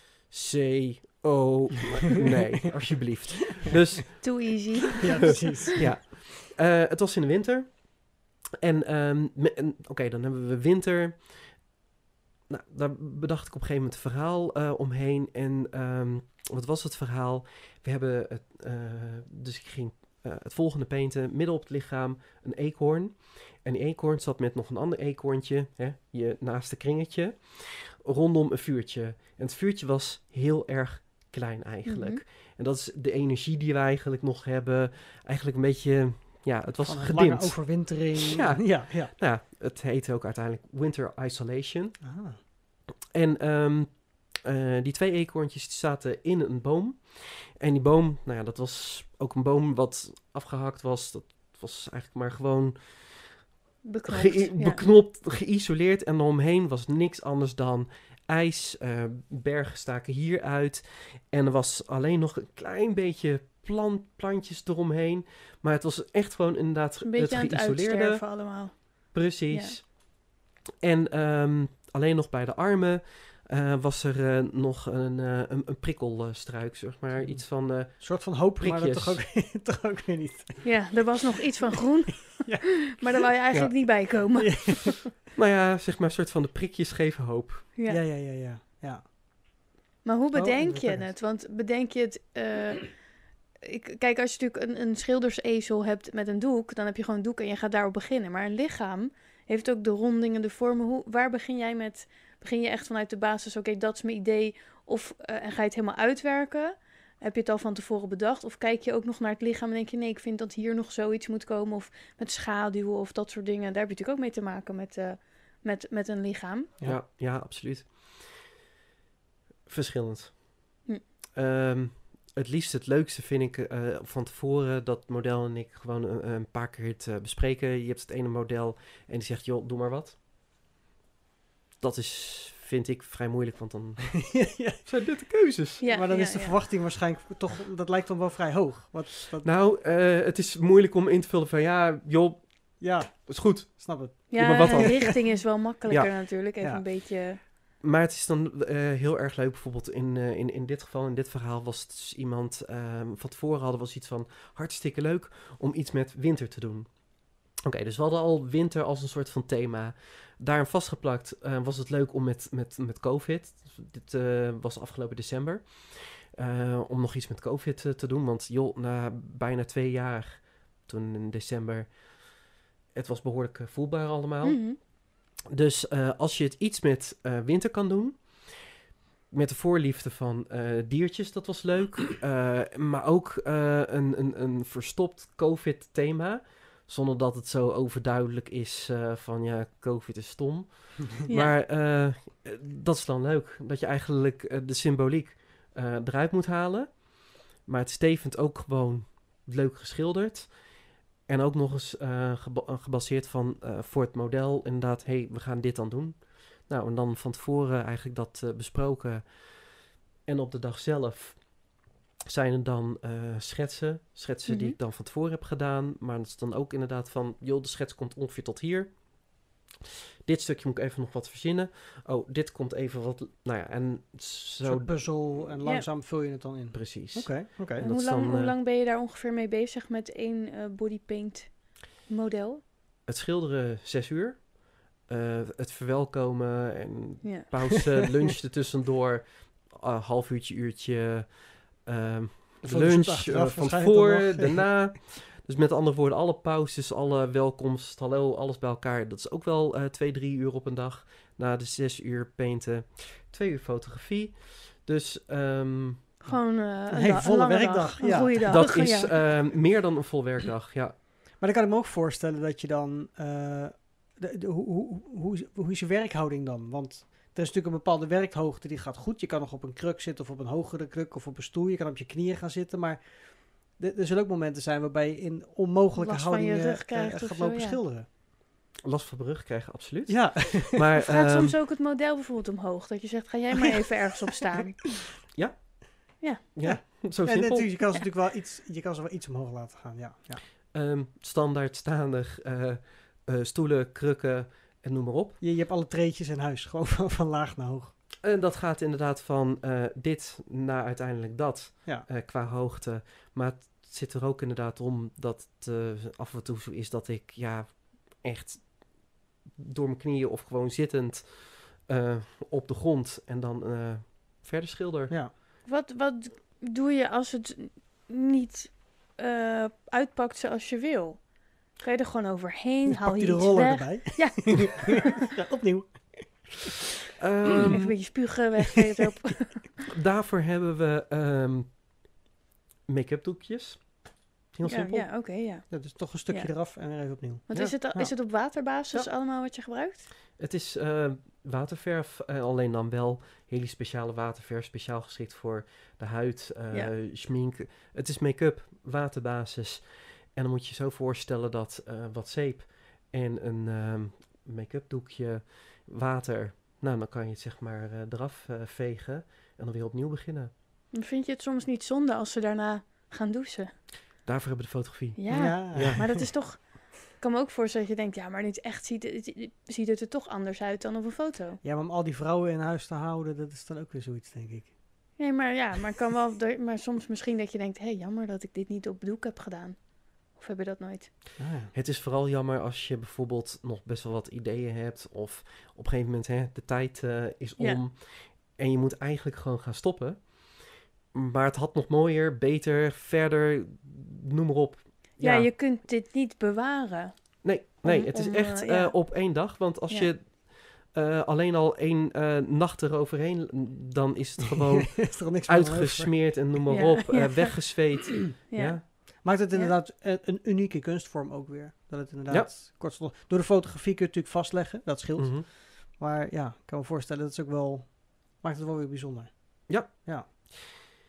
C-O... Nee, alsjeblieft. Dus... Too easy. Ja, precies. Ja, het was in de winter. En oké, dan hebben we winter. Nou, daar bedacht ik op een gegeven moment een verhaal omheen. En wat was het verhaal? We hebben dus ik ging het volgende painten. Midden op het lichaam een eekhoorn. En die eekhoorn zat met nog een ander eekhoorntje, hier naast een kringetje, rondom een vuurtje. En het vuurtje was heel erg klein eigenlijk. Mhm. En dat is de energie die we eigenlijk nog hebben. Eigenlijk een beetje... Ja, het was Van een gedimd. lange overwintering. Ja. Ja. Nou, het heette ook uiteindelijk Winter Isolation. Ah. En die 2 eekhoorntjes die zaten in een boom. En die boom, nou ja, dat was ook een boom wat afgehakt was. Dat was eigenlijk maar gewoon beknopt, geïsoleerd. En omheen was niks anders dan ijs. Bergen staken hieruit. En er was alleen nog een klein beetje plantjes eromheen. Maar het was echt gewoon inderdaad Een beetje aan het het geïsoleerde. uitsterven allemaal. Precies. En alleen nog bij de armen was er nog een prikkelstruik, zeg maar. Iets van... Een soort van hoop, maar dat prikjes. toch ook weer niet. Ja, er was nog iets van groen. Ja. Maar daar wou je eigenlijk niet bij komen. Ja. Nou ja, zeg maar, een soort van de prikjes geven hoop. Ja. Ja. Maar hoe bedenk je indrukwekkend. het? Want bedenk je het... kijk, als je natuurlijk een schildersezel hebt met een doek, dan heb je gewoon een doek en je gaat daarop beginnen. Maar een lichaam heeft ook de rondingen, de vormen. Waar begin jij met? Begin je echt vanuit de basis, oké, dat is mijn idee, en ga je het helemaal uitwerken? Heb je het al van tevoren bedacht? Of kijk je ook nog naar het lichaam en denk je, nee, ik vind dat hier nog zoiets moet komen, of met schaduwen of dat soort dingen. Daar heb je natuurlijk ook mee te maken met een lichaam. Ja, absoluut. Verschillend. Hm. het liefst het leukste vind ik van tevoren dat model en ik gewoon een paar keer het bespreken. Je hebt het ene model en die zegt, joh, doe maar wat. Dat is, vind ik, vrij moeilijk, want dan Ja. zijn dit de keuzes. Ja, maar dan ja, is de ja. verwachting waarschijnlijk toch, dat lijkt dan wel vrij hoog. Dat, Nou, het is moeilijk om in te vullen van, ja, joh, ja, dat is goed. snap het. Ja, maar wat dan? de richting is wel makkelijker Ja. natuurlijk. Even Ja. een beetje... Maar het is dan heel erg leuk, bijvoorbeeld in dit geval, in dit verhaal was het dus iemand, van tevoren hadden we iets van, hartstikke leuk om iets met winter te doen. Oké, dus we hadden al winter als een soort van thema. Daarin vastgeplakt was het leuk om met COVID, dit was afgelopen december, om nog iets met COVID te doen. Want joh, na bijna 2 jaar, toen in december, het was behoorlijk voelbaar allemaal. Mhm. Dus als je het iets met winter kan doen, met de voorliefde van diertjes, dat was leuk. Maar ook een verstopt COVID-thema, zonder dat het zo overduidelijk is van ja, COVID is stom. Ja. Maar dat is dan leuk, dat je eigenlijk de symboliek eruit moet halen. Maar het stevend ook gewoon leuk geschilderd. En ook nog eens gebaseerd van voor het model inderdaad, hey, we gaan dit dan doen. Nou, en dan van tevoren eigenlijk dat besproken. En op de dag zelf zijn er dan schetsen. Schetsen die Mhm. ik dan van tevoren heb gedaan. Maar het is dan ook inderdaad van, joh, de schets komt ongeveer tot hier. Dit stukje moet ik even nog wat verzinnen. Oh, dit komt even wat, nou ja, en Een zo. soort puzzel en langzaam vul je het dan in. Precies. Oké. En En dat is hoe dan, lang ben je daar ongeveer mee bezig met één bodypaint model? Het schilderen 6 uur. Het verwelkomen en Ja. pauze, lunch ertussendoor, half uurtje, fotoshoot lunch achteraf van waarschijnlijk dan voor, nog. daarna. Dus met andere woorden, alle pauzes, alle welkomst, hallo, alles bij elkaar. Dat is ook wel 2-3 uur op een dag. Na de 6 uur painten, 2 uur fotografie. Dus Gewoon Een hele volle lange werkdag, dag, een ja. goede dag. dat is ja. meer dan een vol werkdag, ja. Maar dan kan ik me ook voorstellen dat je dan... hoe is je werkhouding dan? Want er is natuurlijk een bepaalde werkhoogte die gaat goed. Je kan nog op een kruk zitten of op een hogere kruk of op een stoel. Je kan op je knieën gaan zitten. Maar er zullen ook momenten zijn waarbij je in onmogelijke Last van je houdingen rug krijgt of gaat zo, lopen ja. schilderen. Last van mijn rug krijgen, absoluut. Ja, Maar Gaat soms ook het model bijvoorbeeld omhoog? Dat je zegt, ga jij maar even ergens op staan. ja, zo en simpel. natuurlijk, je kan ze natuurlijk wel iets, je kan ze wel iets omhoog laten gaan. Ja. Standaard staander, stoelen, krukken en noem maar op. Je hebt alle treetjes in huis, gewoon van laag naar hoog. En dat gaat inderdaad van dit naar uiteindelijk dat Ja. qua hoogte. Maar het zit er ook inderdaad om dat het af en toe zo is dat ik ja echt door mijn knieën of gewoon zittend op de grond en dan verder schilder. Ja. Wat doe je als het niet uitpakt zoals je wil? Ga je er gewoon overheen? Haal Pak je je de iets roller weg? erbij. Ja. Ja, opnieuw. Even een beetje spugen weg. Erop. Daarvoor hebben we make-up doekjes. Heel simpel. Ja, oké, ja. Dat is toch een stukje Ja. eraf en weer even opnieuw. Want Ja. is het op waterbasis allemaal wat je gebruikt? Het is waterverf, alleen dan wel hele speciale waterverf, speciaal geschikt voor de huid, schmink. Het is make-up, waterbasis. En dan moet je je zo voorstellen dat wat zeep en een make-up doekje, water, nou dan kan je het zeg maar eraf vegen en dan weer opnieuw beginnen. Dan vind je het soms niet zonde als ze daarna gaan douchen? Daarvoor hebben we de fotografie. Ja, Ja. maar dat is toch... Ik kan me ook voorstellen dat je denkt, ja, maar niet echt ziet het er toch anders uit dan op een foto. Ja, maar om al die vrouwen in huis te houden, dat is dan ook weer zoiets, denk ik. Nee, maar ja, maar, kan wel, maar soms misschien dat je denkt, hé, jammer dat ik dit niet op doek heb gedaan. Of heb je dat nooit? Ah, ja. Het is vooral jammer als je bijvoorbeeld nog best wel wat ideeën hebt of op een gegeven moment de tijd is om Ja. en je moet eigenlijk gewoon gaan stoppen. Maar het had nog mooier, beter, verder, noem maar op. Ja, je kunt dit niet bewaren. Nee, het is echt ja. op 1 dag. Want als Ja. je alleen al 1 nacht eroverheen, dan is het gewoon is er al niks meer van over. uitgesmeerd en noem maar Ja. op, Ja. weggezweet. Ja. Ja. Maakt het Ja. inderdaad een unieke kunstvorm ook weer. Dat het inderdaad door de fotografie kun je het natuurlijk vastleggen, dat scheelt. Mhm. Maar ja, ik kan me voorstellen, dat is ook wel, maakt het wel weer bijzonder.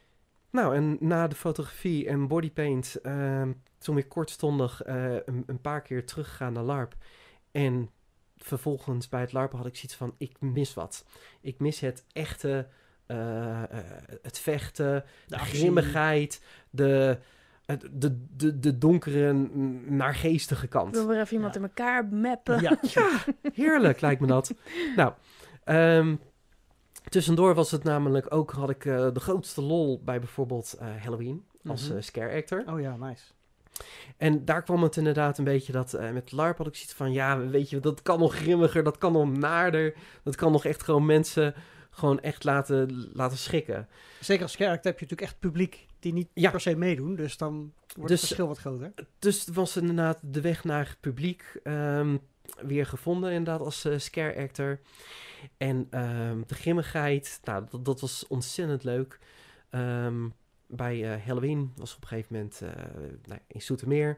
Nou, en na de fotografie en bodypaint, toen weer kortstondig een paar keer teruggegaan naar LARP. En vervolgens bij het LARP had ik zoiets van, ik mis wat. Ik mis het echte, het vechten, de actie. grimmigheid, de donkere, naargeestige Ik kant. wil weer even iemand in elkaar mappen. Ja. Heerlijk lijkt me dat. Nou, tussendoor was het namelijk ook, had ik de grootste lol bij bijvoorbeeld Halloween als scare actor. Oh ja, nice. En daar kwam het inderdaad een beetje dat met LARP had ik zoiets van, ja, weet je, dat kan nog grimmiger, dat kan nog naarder, dat kan nog echt gewoon mensen gewoon echt laten schrikken. Zeker als scare act heb je natuurlijk echt publiek die niet Ja. per se meedoen. Dus dan wordt het verschil wat groter. Dus het was inderdaad de weg naar het publiek weer gevonden inderdaad als scare actor. En de grimmigheid, nou, dat was ontzettend leuk. Bij Halloween was op een gegeven moment in Zoetermeer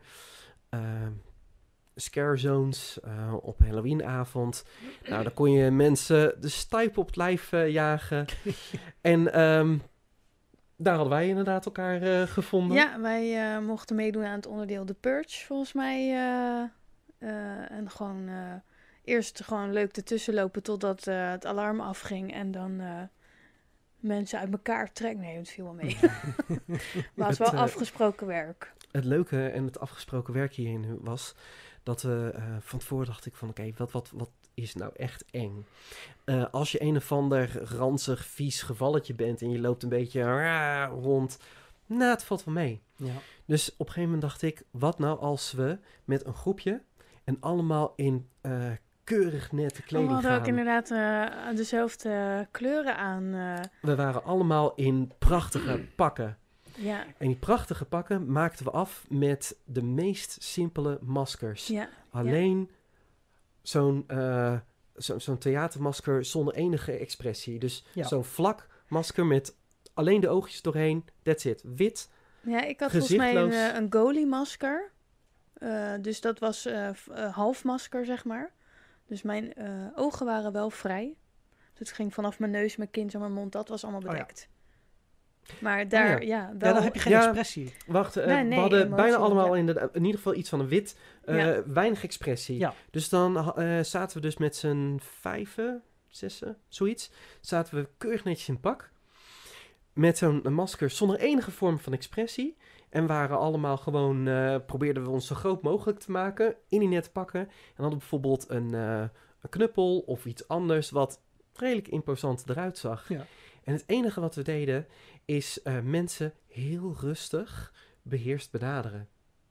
scare zones op Halloweenavond. Nou, dan kon je mensen de stuip op het lijf jagen. En daar hadden wij inderdaad elkaar gevonden. Ja, wij mochten meedoen aan het onderdeel The Purge, volgens mij. En gewoon eerst gewoon leuk ertussen lopen totdat het alarm afging. En dan mensen uit elkaar trekken. Nee, het viel wel mee. Maar het was wel afgesproken werk. Het leuke en het afgesproken werk hierin was dat van tevoren dacht ik van oké, wat is nou echt eng? Als je een of ander ranzig, vies gevalletje bent en je loopt een beetje rond, nou, het valt wel mee. Ja. Dus op een gegeven moment dacht ik, wat nou als we met een groepje en allemaal in keurig nette We kleding hadden ook gaan. inderdaad dezelfde kleuren aan. We waren allemaal in prachtige pakken. Ja, En die prachtige pakken maakten we af met de meest simpele maskers. ja. Alleen zo'n theatermasker zonder enige expressie. Dus Ja. zo'n vlak masker met alleen de oogjes doorheen. That's it. Wit. Ja, ik had volgens mij Gezichtloos. een goalie-masker. Dus dat was half masker, zeg maar. Dus mijn ogen waren wel vrij. Dus het ging vanaf mijn neus, mijn kin en mijn mond. Dat was allemaal ja. bedekt. Maar daar, ja. wel... Ja, dan heb je geen Ja. expressie. Wacht, Nee, we hadden emotie, bijna allemaal ja. in ieder geval iets van een wit. Ja. Weinig expressie. Ja. Dus dan zaten we dus met z'n 5, 6, zoiets. Zaten we keurig netjes in pak. Met zo'n masker zonder enige vorm van expressie. En waren allemaal gewoon, probeerden we ons zo groot mogelijk te maken. In die net pakken. En hadden bijvoorbeeld een knuppel of iets anders wat redelijk imposant eruit zag. Ja. En het enige wat we deden is mensen heel rustig beheerst benaderen.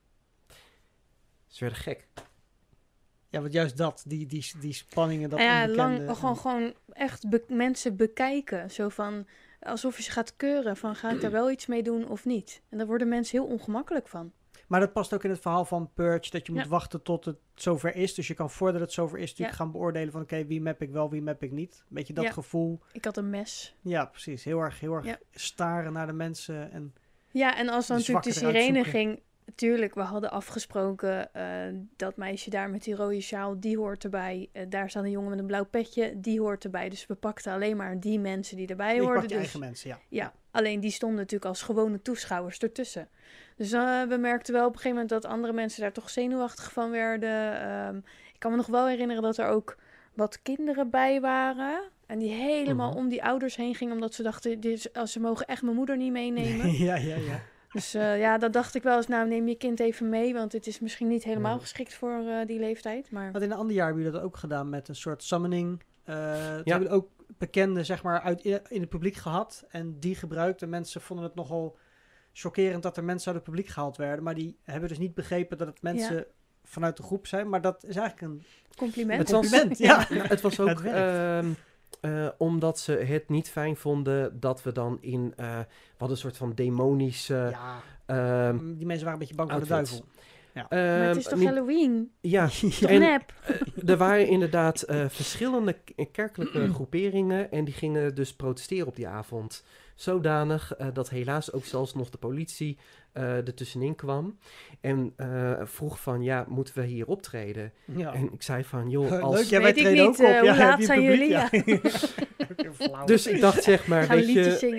Ze werden gek. Ja, want juist dat, die spanningen, dat ja, onbekende. gewoon echt mensen bekijken. Zo van, alsof je ze gaat keuren. Van, ga ik daar wel iets mee doen of niet? En daar worden mensen heel ongemakkelijk van. Maar dat past ook in het verhaal van Purge, dat je moet Ja. wachten tot het zover is. Dus je kan voordat het zover is natuurlijk gaan beoordelen van oké, wie map ik wel, wie map ik niet. Een beetje dat Ja. gevoel. Ik had een mes. Ja, precies. Heel erg Ja. staren naar de mensen. En Ja, en als dan De natuurlijk de zwakken eruit sirene zoeken. ging... Tuurlijk, we hadden afgesproken dat meisje daar met die rode sjaal, die hoort erbij. Daar staat een jongen met een blauw petje, die hoort erbij. Dus we pakten alleen maar die mensen die erbij je hoorden. pakt je Dus, eigen mensen, ja. ja, alleen die stonden natuurlijk als gewone toeschouwers ertussen. Dus we merkten wel op een gegeven moment dat andere mensen daar toch zenuwachtig van werden. Ik kan me nog wel herinneren dat er ook wat kinderen bij waren. En die helemaal om die ouders heen gingen, omdat ze dachten, ze mogen echt mijn moeder niet meenemen. ja. Dus dat dacht ik wel eens, nou neem je kind even mee, want het is misschien niet helemaal geschikt voor die leeftijd. Maar Want in een ander jaar hebben jullie dat ook gedaan met een soort summoning. Toen hebben jullie ook bekenden zeg maar in het publiek gehad en die gebruikten. Mensen vonden het nogal chockerend dat er mensen uit het publiek gehaald werden, maar die hebben dus niet begrepen dat het mensen vanuit de groep zijn. Maar dat is eigenlijk een compliment. Het was- compliment. Ja. Ja, het was ook Het werkt. omdat ze het niet fijn vonden dat we dan in we hadden een soort van demonische Ja, ehm, die mensen waren een beetje bang voor de outfits. duivel. Maar het is toch niet- Halloween? Ja, Toch en nep? er waren inderdaad verschillende kerkelijke groeperingen en die gingen dus protesteren op die avond. Zodanig dat helaas ook zelfs nog de politie ertussenin kwam en vroeg van ja, moeten we hier optreden? Ja. En ik zei van joh, als... Leuk, ja, wij Weet ik treden niet, ook op. hoe Ja, laat heb je zijn publiek? jullie? Ja. Ja. Flauw. Dus ik dacht zeg maar, Gaan we weet liedjes je, zingen?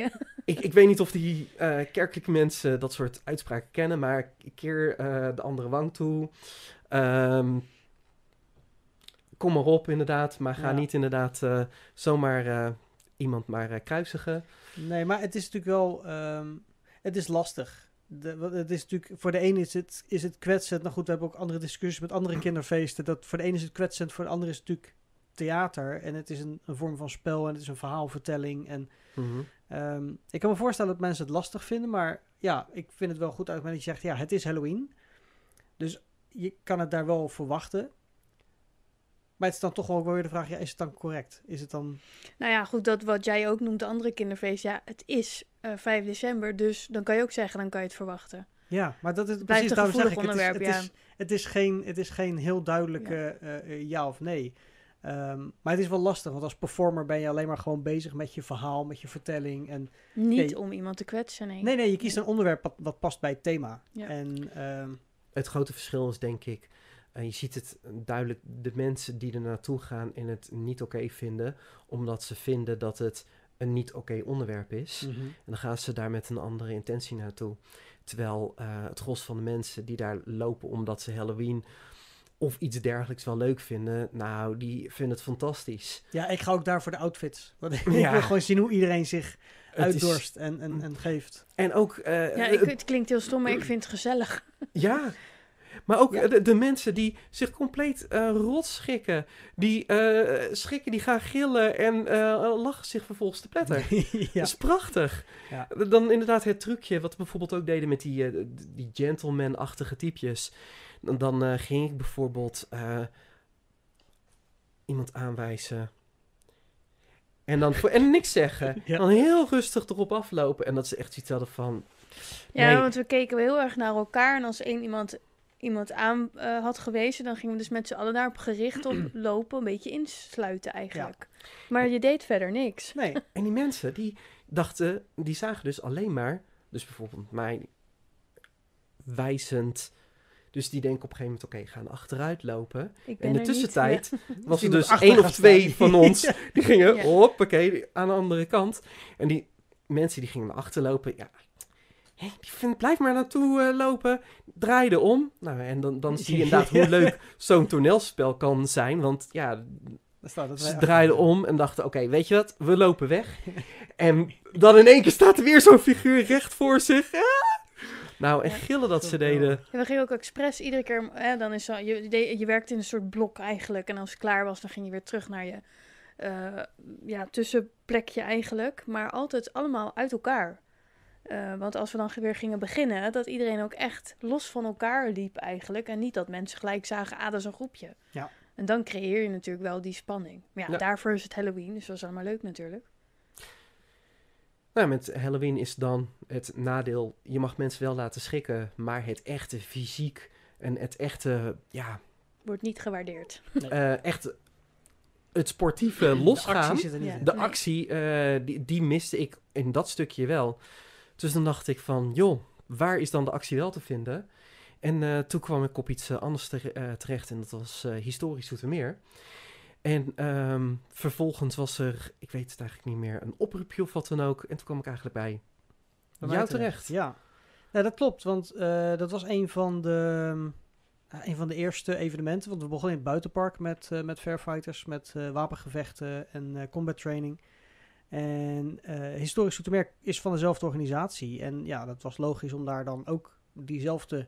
Ik weet niet of die kerkelijke mensen dat soort uitspraken kennen, maar keer de andere wang toe. Kom maar op, inderdaad, maar ga Ja. niet inderdaad zomaar iemand maar kruisigen. Nee, maar het is natuurlijk wel... het is lastig. Want het is natuurlijk, voor de ene is het kwetsend. Nou goed, we hebben ook andere discussies met andere kinderfeesten. Dat voor de ene is het kwetsend, voor de andere is het natuurlijk theater. En het is een vorm van spel en het is een verhaalvertelling. En ik kan me voorstellen dat mensen het lastig vinden. Maar ja, ik vind het wel goed uit dat je zegt, ja, het is Halloween. Dus je kan het daar wel verwachten. Maar het is dan toch wel weer de vraag, ja, is het dan correct? Is het dan... Nou ja, goed, dat wat jij ook noemt, de andere kinderfeest. Ja, het is 5 december, dus dan kan je ook zeggen, dan kan je het verwachten. Ja, maar dat is Blijft precies een daarom zeg gevoelig ik, onderwerp, het is geen heel duidelijke ja of nee. Maar het is wel lastig, want als performer ben je alleen maar gewoon bezig met je verhaal, met je vertelling. En Niet om iemand te kwetsen, nee. nee, je kiest een onderwerp wat past bij het thema. Ja. En Het grote verschil is denk ik, je ziet het duidelijk, de mensen die er naartoe gaan en het niet oké vinden, omdat ze vinden dat het een niet oké onderwerp is. En dan gaan ze daar met een andere intentie naartoe. Terwijl het gros van de mensen die daar lopen omdat ze Halloween of iets dergelijks wel leuk vinden, nou, die vinden het fantastisch. ja, ik ga ook daar voor de outfits. Want ik Ja. wil gewoon zien hoe iedereen zich Het is- uitdorst en geeft. En ook... Ja, het klinkt heel stom, maar ik vind het gezellig. Ja, maar ook Ja. de mensen die zich compleet rot schrikken. Die schrikken, die gaan gillen en lachen zich vervolgens te pletter. ja. Dat is prachtig. Ja. Dan inderdaad het trucje, wat we bijvoorbeeld ook deden met die gentleman-achtige typjes. Dan ging ik bijvoorbeeld iemand aanwijzen. En dan en niks zeggen. Ja. Dan heel rustig erop aflopen. En dat ze echt iets hadden van... Ja, nee, want we keken heel erg naar elkaar. En als iemand aan had gewezen, dan gingen we dus met z'n allen daarop gericht op lopen. Een beetje insluiten eigenlijk. Maar je deed verder niks. Nee, En die mensen, die dachten, die zagen dus alleen maar, dus bijvoorbeeld mij wijzend. Dus die denken op een gegeven moment, oké, gaan achteruit lopen. Ik ben En in de er niet, tussentijd was er iemand dus achter 1 of gaat 2 staan. van ons, Ja. die gingen, Ja. hoppakee, aan de andere kant. En die mensen die gingen naar achter lopen, ja, hé, blijf maar naartoe lopen, draaide om. Nou, en dan zie je inderdaad hoe leuk zo'n toneelspel kan zijn, want ja, daar staat het ze draaiden om en dachten, oké, weet je wat, we lopen weg. En dan in één keer staat er weer zo'n figuur recht voor zich. Ah! Nou, en Ja. gillen dat ze Toch deden. Ja, we gingen ook expres iedere keer, dan is je werkte in een soort blok eigenlijk. En als het klaar was, dan ging je weer terug naar je tussenplekje eigenlijk. Maar altijd allemaal uit elkaar. Want als we dan weer gingen beginnen, dat iedereen ook echt los van elkaar liep eigenlijk. En niet dat mensen gelijk zagen, dat is een groepje. Ja. En dan creëer je natuurlijk wel die spanning. Maar ja, Ja. daarvoor is het Halloween, dus dat is allemaal leuk natuurlijk. Nou, met Halloween is dan het nadeel, je mag mensen wel laten schrikken, maar het echte fysiek en het echte, ja, Wordt niet gewaardeerd. echt het sportieve De losgaan. actie zit er niet Ja. in. De Nee. actie, die miste ik in dat stukje wel. Dus dan dacht ik van, joh, waar is dan de actie wel te vinden? En toen kwam ik op iets anders terecht en dat was historisch Zoetermeer. En vervolgens was er, ik weet het eigenlijk niet meer, een oproepje of wat dan ook. En toen kwam ik eigenlijk bij Bij mij jou terecht. Ja. Dat klopt, want dat was een van de eerste evenementen. Want we begonnen in het buitenpark met Fairfighters, met wapengevechten en combat training. En Historisch Zoetermeer is van dezelfde organisatie. En ja, dat was logisch om daar dan ook diezelfde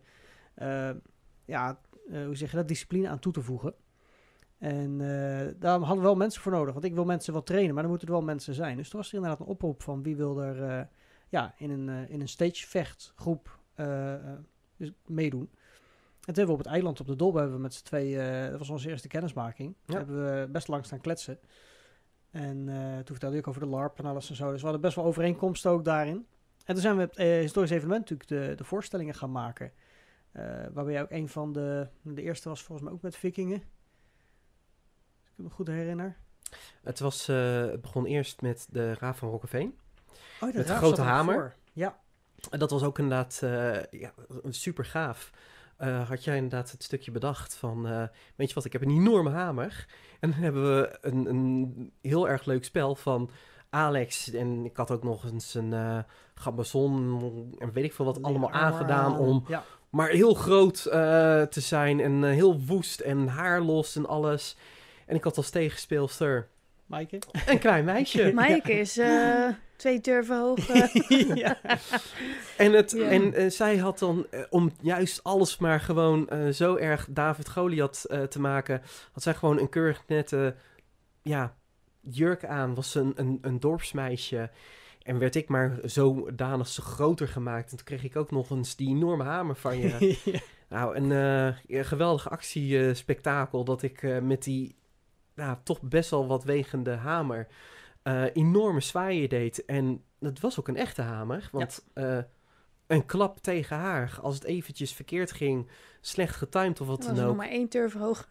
hoe zeg je dat, discipline aan toe te voegen. En daar hadden we wel mensen voor nodig. Want ik wil mensen wel trainen, maar dan moeten er wel mensen zijn. Dus er was er inderdaad een oproep van wie wil er in een stagevechtgroep dus meedoen. En toen hebben we op het eiland op de Dolbe hebben we met z'n tweeën, dat was onze eerste kennismaking. Ja. Hebben we best lang staan kletsen. En toen vertelde ik over de LARP en alles en zo. Dus we hadden best wel overeenkomsten ook daarin. En toen zijn we op het historisch evenement natuurlijk de voorstellingen gaan maken. Waarbij ook een van de eerste was volgens mij ook met Vikingen. Als ik me goed herinner. Het begon eerst met de Raaf van Rokkeveen. Oh, Met de grote hamer. Voor. Ja. En dat was ook inderdaad super gaaf. Had jij inderdaad het stukje bedacht van, weet je wat, ik heb een enorme hamer. En dan hebben we een heel erg leuk spel van Alex en ik had ook nog eens een gabazon en weet ik veel wat allemaal Armor aangedaan aan. om Ja. maar heel groot te zijn en heel woest en haarlos en alles. En ik had als tegenspeelster Maaike? een klein meisje. Maaike is 2 durven hoog. Ja. En, Ja. en zij had dan, om juist alles maar gewoon zo erg David Goliath te maken, had zij gewoon een keurig nette jurk aan. Was ze een dorpsmeisje. En werd ik maar zodanig groter gemaakt. En toen kreeg ik ook nog eens die enorme hamer van je. Ja. Nou, een geweldige actiespektakel dat ik met die toch best wel wat wegende hamer enorme zwaaien deed. En het was ook een echte hamer, want een klap tegen haar, als het eventjes verkeerd ging, slecht getimed of wat Dat dan was nog ook. maar 1 durven hoog.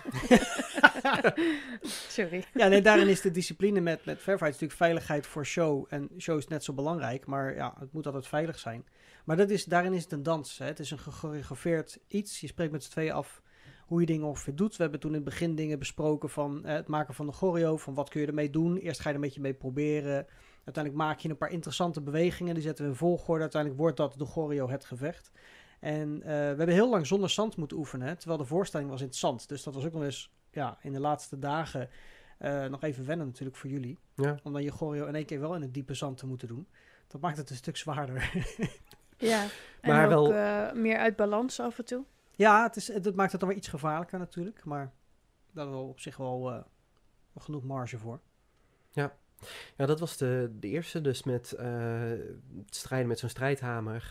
Sorry. Ja, nee, daarin is de discipline met fairfights natuurlijk veiligheid voor show. En show is net zo belangrijk, maar ja, het moet altijd veilig zijn. Maar daarin is het een dans. Hè. Het is een gechoreografeerd iets. Je spreekt met z'n tweeën af hoe je dingen ongeveer doet. We hebben toen in het begin dingen besproken van het maken van de choreo. Van wat kun je ermee doen. Eerst ga je er een beetje mee proberen. Uiteindelijk maak je een paar interessante bewegingen. Die zetten we in volgorde. Uiteindelijk wordt dat de choreo het gevecht. En we hebben heel lang zonder zand moeten oefenen. Hè, terwijl de voorstelling was in het zand. Dus dat was ook nog eens in de laatste dagen nog even wennen natuurlijk voor jullie. Ja. Om dan je choreo in één keer wel in het diepe zand te moeten doen. Dat maakt het een stuk zwaarder. Ja, en Maar ook wel- meer uit balans af en toe. Ja, het maakt het dan weer iets gevaarlijker natuurlijk. Maar daar wel op zich wel genoeg marge voor. Ja, dat was de eerste, dus met het strijden met zo'n strijdhamer.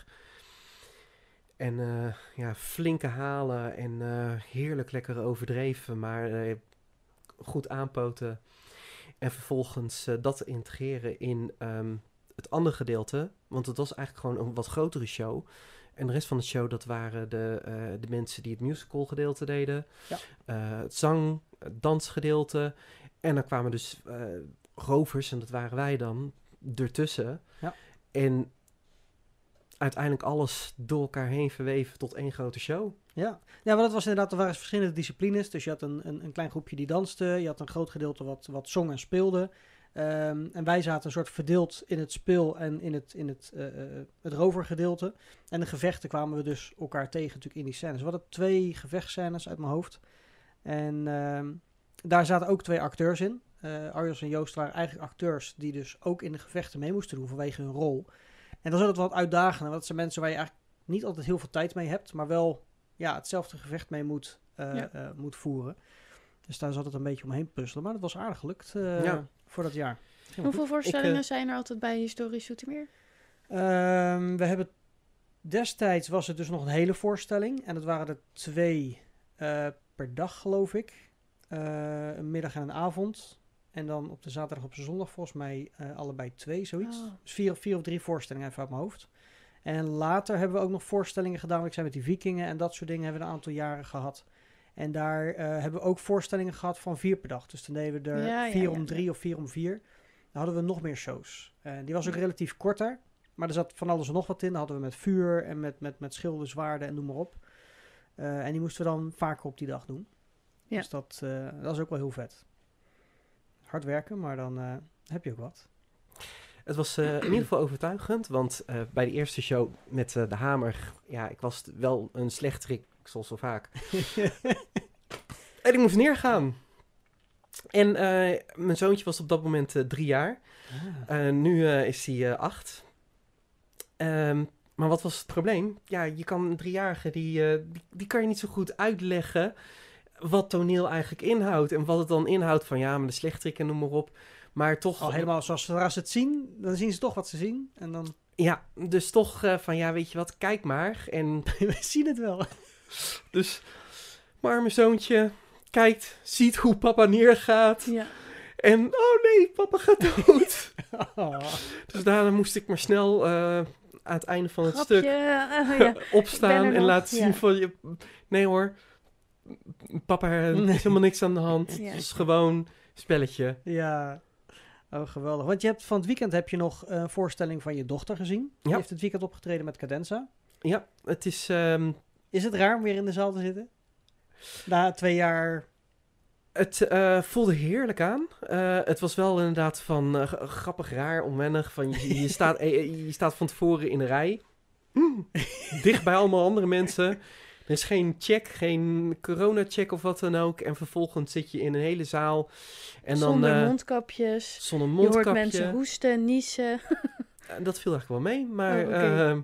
En flinke halen en heerlijk lekker overdreven, maar goed aanpoten. En vervolgens dat integreren in het andere gedeelte, want het was eigenlijk gewoon een wat grotere show. En de rest van de show, dat waren de mensen die het musical gedeelte deden. Ja. Het zang, het dansgedeelte. En dan kwamen dus rovers, en dat waren wij dan, ertussen. Ja. En uiteindelijk alles door elkaar heen verweven tot één grote show. Ja, maar dat was inderdaad, er waren verschillende disciplines. Dus je had een klein groepje die danste. Je had een groot gedeelte wat zong en speelde. En wij zaten een soort verdeeld in het speel en in het rovergedeelte. En de gevechten kwamen we dus elkaar tegen natuurlijk in die scènes. We hadden 2 gevechtscènes uit mijn hoofd. En daar zaten ook 2 acteurs in. Arjos en Joost waren eigenlijk acteurs die dus ook in de gevechten mee moesten doen vanwege hun rol. En dan is het wat uitdagender, want dat zijn mensen waar je eigenlijk niet altijd heel veel tijd mee hebt, maar wel hetzelfde gevecht mee moet voeren. Dus daar zat het een beetje omheen puzzelen. Maar dat was aardig gelukt voor dat jaar. Hoeveel voorstellingen zijn er altijd bij Historisch Zoetermeer? We hebben destijds was het dus nog een hele voorstelling. En dat waren er 2 per dag, geloof ik. Een middag en een avond. En dan op de zaterdag op de zondag volgens mij allebei 2, zoiets. Oh. Dus 4 of 3 voorstellingen even uit mijn hoofd. En later hebben we ook nog voorstellingen gedaan. Ik zei met die vikingen en dat soort dingen hebben we een aantal jaren gehad. En daar hebben we ook voorstellingen gehad van 4 per dag. Dus dan deden we er 4 om 3 of 4 om 4. Dan hadden we nog meer shows. Die was ook relatief korter. Maar er zat van alles en nog wat in. Dan hadden we met vuur en met schilden, zwaarden en noem maar op. En die moesten we dan vaker op die dag doen. Ja. Dus dat is ook wel heel vet. Hard werken, maar dan heb je ook wat. Het was in ieder geval overtuigend, want bij de eerste show met de hamer, ik was wel een slechterik, zoals zo vaak. En ik moest neergaan. En mijn zoontje was op dat moment 3 jaar. Nu is hij 8. Maar wat was het probleem? Ja, je kan een 3-jarige, die kan je niet zo goed uitleggen wat toneel eigenlijk inhoudt. En wat het dan inhoudt van, maar de slechterik en noem maar op. Maar toch... Al helemaal zoals ze het zien, dan zien ze toch wat ze zien. En dan... Ja, dus toch van, weet je wat, kijk maar. En we zien het wel. dus, maar mijn zoontje kijkt, ziet hoe papa neergaat. Ja. En, oh nee, papa gaat dood. Oh. Dus daarna moest ik maar snel aan het einde van het Grapje, stuk opstaan ik ben er en nog, laten zien van, nee hoor, papa, er is helemaal niks aan de hand. Ja. Het is gewoon spelletje. Ja, oh geweldig. Want van het weekend heb je nog een voorstelling van je dochter gezien. Die Ja. heeft het weekend opgetreden met Cadenza. Ja, het is... Is het raar om weer in de zaal te zitten? Na 2 jaar Het voelde heerlijk aan. Het was wel inderdaad van grappig, raar, onwennig. Van je staat van tevoren in een rij. Dicht bij allemaal andere mensen. Er is geen check, geen corona-check of wat dan ook. En vervolgens zit je in een hele zaal. En Zonder dan, mondkapjes. zonder Je mondkapje. hoort mensen hoesten, niezen. Dat viel eigenlijk wel mee. Maar Oh, oké.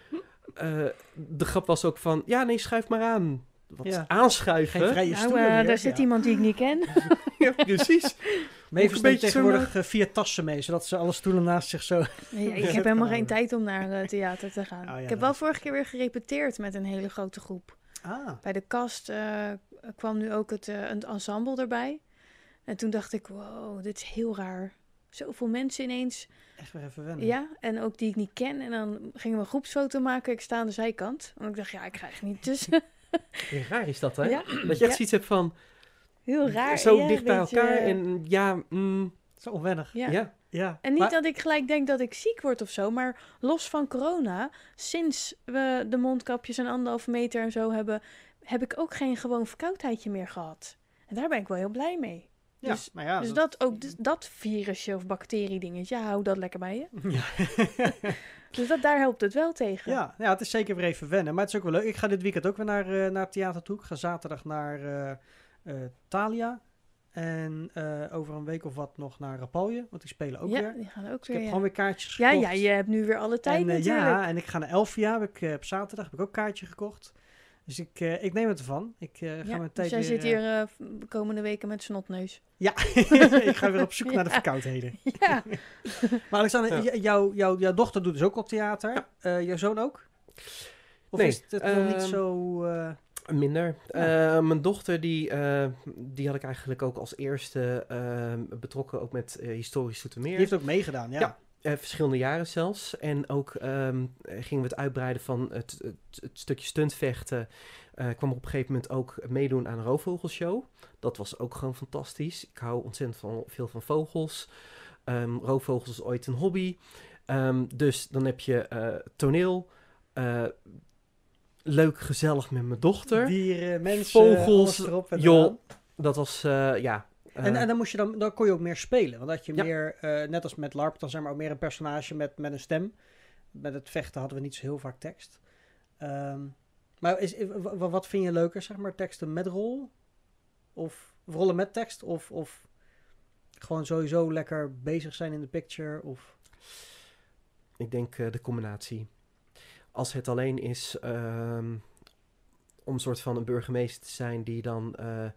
de grap was ook van... Ja, nee, schuif maar aan. Wat Ja. aanschuiven. Geen vrije Nou, stoelen meer. daar zit iemand die ik niet ken. Ja, precies. Mavis Ook een neemt beetje tegenwoordig 4 tassen mee, zodat ze alle stoelen naast zich zo... Nee, ik heb helemaal geen tijd om naar het theater te gaan. Oh, ja, ik heb dat wel is- vorige keer weer gerepeteerd met een hele grote groep. Ah, Bij de kast kwam nu ook het ensemble erbij. En toen dacht ik, wow, dit is heel raar. Zoveel mensen ineens. echt weer even wennen. Ja, en ook die ik niet ken. En dan gingen we een groepsfoto maken. Ik sta aan de zijkant. En ik dacht, ja, ik ga echt niet tussen. Ja, raar is dat, hè? Ja, Dat je echt Ja. zoiets hebt van... heel raar. Zo ja, dicht bij beetje, elkaar. En ja, Zo onwennig. Ja. ja. Ja. En niet Maar- dat ik gelijk denk dat ik ziek word of zo, maar los van corona, sinds we de mondkapjes en 1,5 meter en zo hebben, heb ik ook geen gewoon verkoudheidje meer gehad. En daar ben ik wel heel blij mee. Ja, Dus- maar ja, dus dat virusje of bacteriedingetje, hou dat lekker bij je. Dus daar helpt het wel tegen. ja, het is zeker weer even wennen. Maar het is ook wel leuk. Ik ga dit weekend ook weer naar het theater toe. Ik ga zaterdag naar Thalia. En over een week of wat nog naar Rapalje. Want die spelen ook Ja, weer. die gaan ook Dus ik weer. heb Ja. gewoon weer kaartjes Ja, gekocht. ja, je hebt nu weer alle tijd en, natuurlijk. ja, en ik ga naar Elfia. Op zaterdag heb ik ook een kaartje gekocht. Dus ik neem het ervan. Ik ga Ja, mijn dus tijd jij weer... zit hier de komende weken met snotneus. Ja, ik ga weer op zoek naar de Ja. verkoudheden. Ja, Maar Alexander, jouw dochter doet dus ook op theater. Jouw zoon ook? Of Nee, is het nog niet zo... Minder. Ja. Mijn dochter, die had ik eigenlijk ook als eerste betrokken, ook met historisch Die Zoetermeer. heeft ook meegedaan, ja. Ja. Verschillende jaren zelfs. En ook gingen we het uitbreiden van het stukje stuntvechten. Kwam er op een gegeven moment ook meedoen aan een roofvogelshow. Dat was ook gewoon fantastisch. Ik hou ontzettend veel van vogels. Roofvogels is ooit een hobby. Dus dan heb je toneel. Leuk, gezellig met mijn dochter. Dieren, mensen, Vogels, alles erop en joh. eraan. Dat was, ja... En dan kon je ook meer spelen. Want dat je Ja. meer, net als met LARP, dan zeg maar ook meer een personage met een stem. Met het vechten hadden we niet zo heel vaak tekst. Maar wat vind je leuker, zeg maar? Teksten met rol? Of rollen met tekst? Of gewoon sowieso lekker bezig zijn in de picture? Of... Ik denk de combinatie. Als het alleen is om een soort van een burgemeester te zijn die dan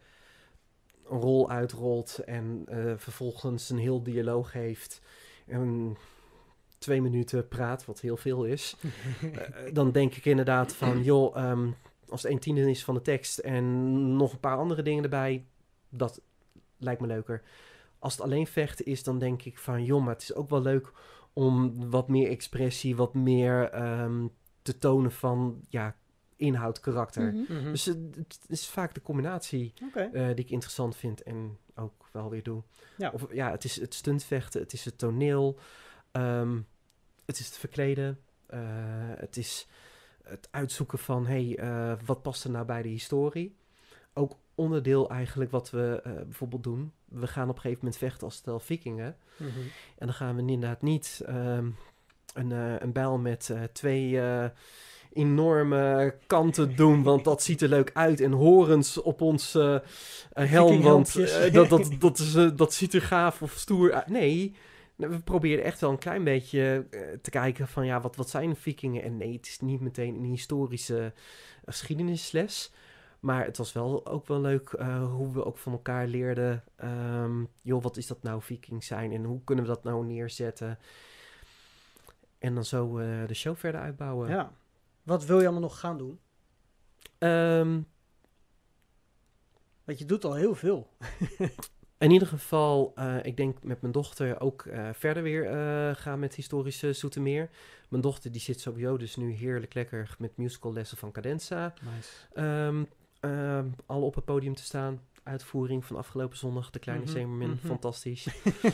een rol uitrolt en vervolgens een heel dialoog heeft en 2 minuten praat, wat heel veel is, dan denk ik inderdaad van, joh, als het 1/10 is van de tekst en nog een paar andere dingen erbij, dat lijkt me leuker. Als het alleen vechten is, dan denk ik van, joh, maar het is ook wel leuk om wat meer expressie, wat meer te tonen van, ja, inhoud, karakter. Mhm. Dus het is vaak de combinatie Oké. die ik interessant vind en ook wel weer doe. Ja. Of, ja, het is het stuntvechten, het is het toneel, het is het verkleden, het is het uitzoeken van, wat past er nou bij de historie? Ook onderdeel eigenlijk wat we bijvoorbeeld doen. We gaan op een gegeven moment vechten als stel vikingen. Mhm. En dan gaan we inderdaad niet een bijl met 2 enorme kanten doen, want dat ziet er leuk uit. En horens op ons helm, want Vikinghelmpjes. dat ziet er gaaf of stoer uit. Nee, we proberen echt wel een klein beetje te kijken van, ja, wat zijn vikingen? En nee, het is niet meteen een historische geschiedenisles. Maar het was wel ook wel leuk hoe we ook van elkaar leerden. Joh, wat is dat nou, viking zijn? En hoe kunnen we dat nou neerzetten? En dan zo de show verder uitbouwen. Ja. Wat wil je allemaal nog gaan doen? Want je doet al heel veel. In ieder geval, ik denk met mijn dochter ook verder weer gaan met historische Zoetermeer. Mijn dochter die zit sowieso dus nu heerlijk lekker met musicallessen van Cadenza. Nice. Al op het podium te staan. Uitvoering van afgelopen zondag, de Kleine Mhm, Zeemermin, mhm. fantastisch.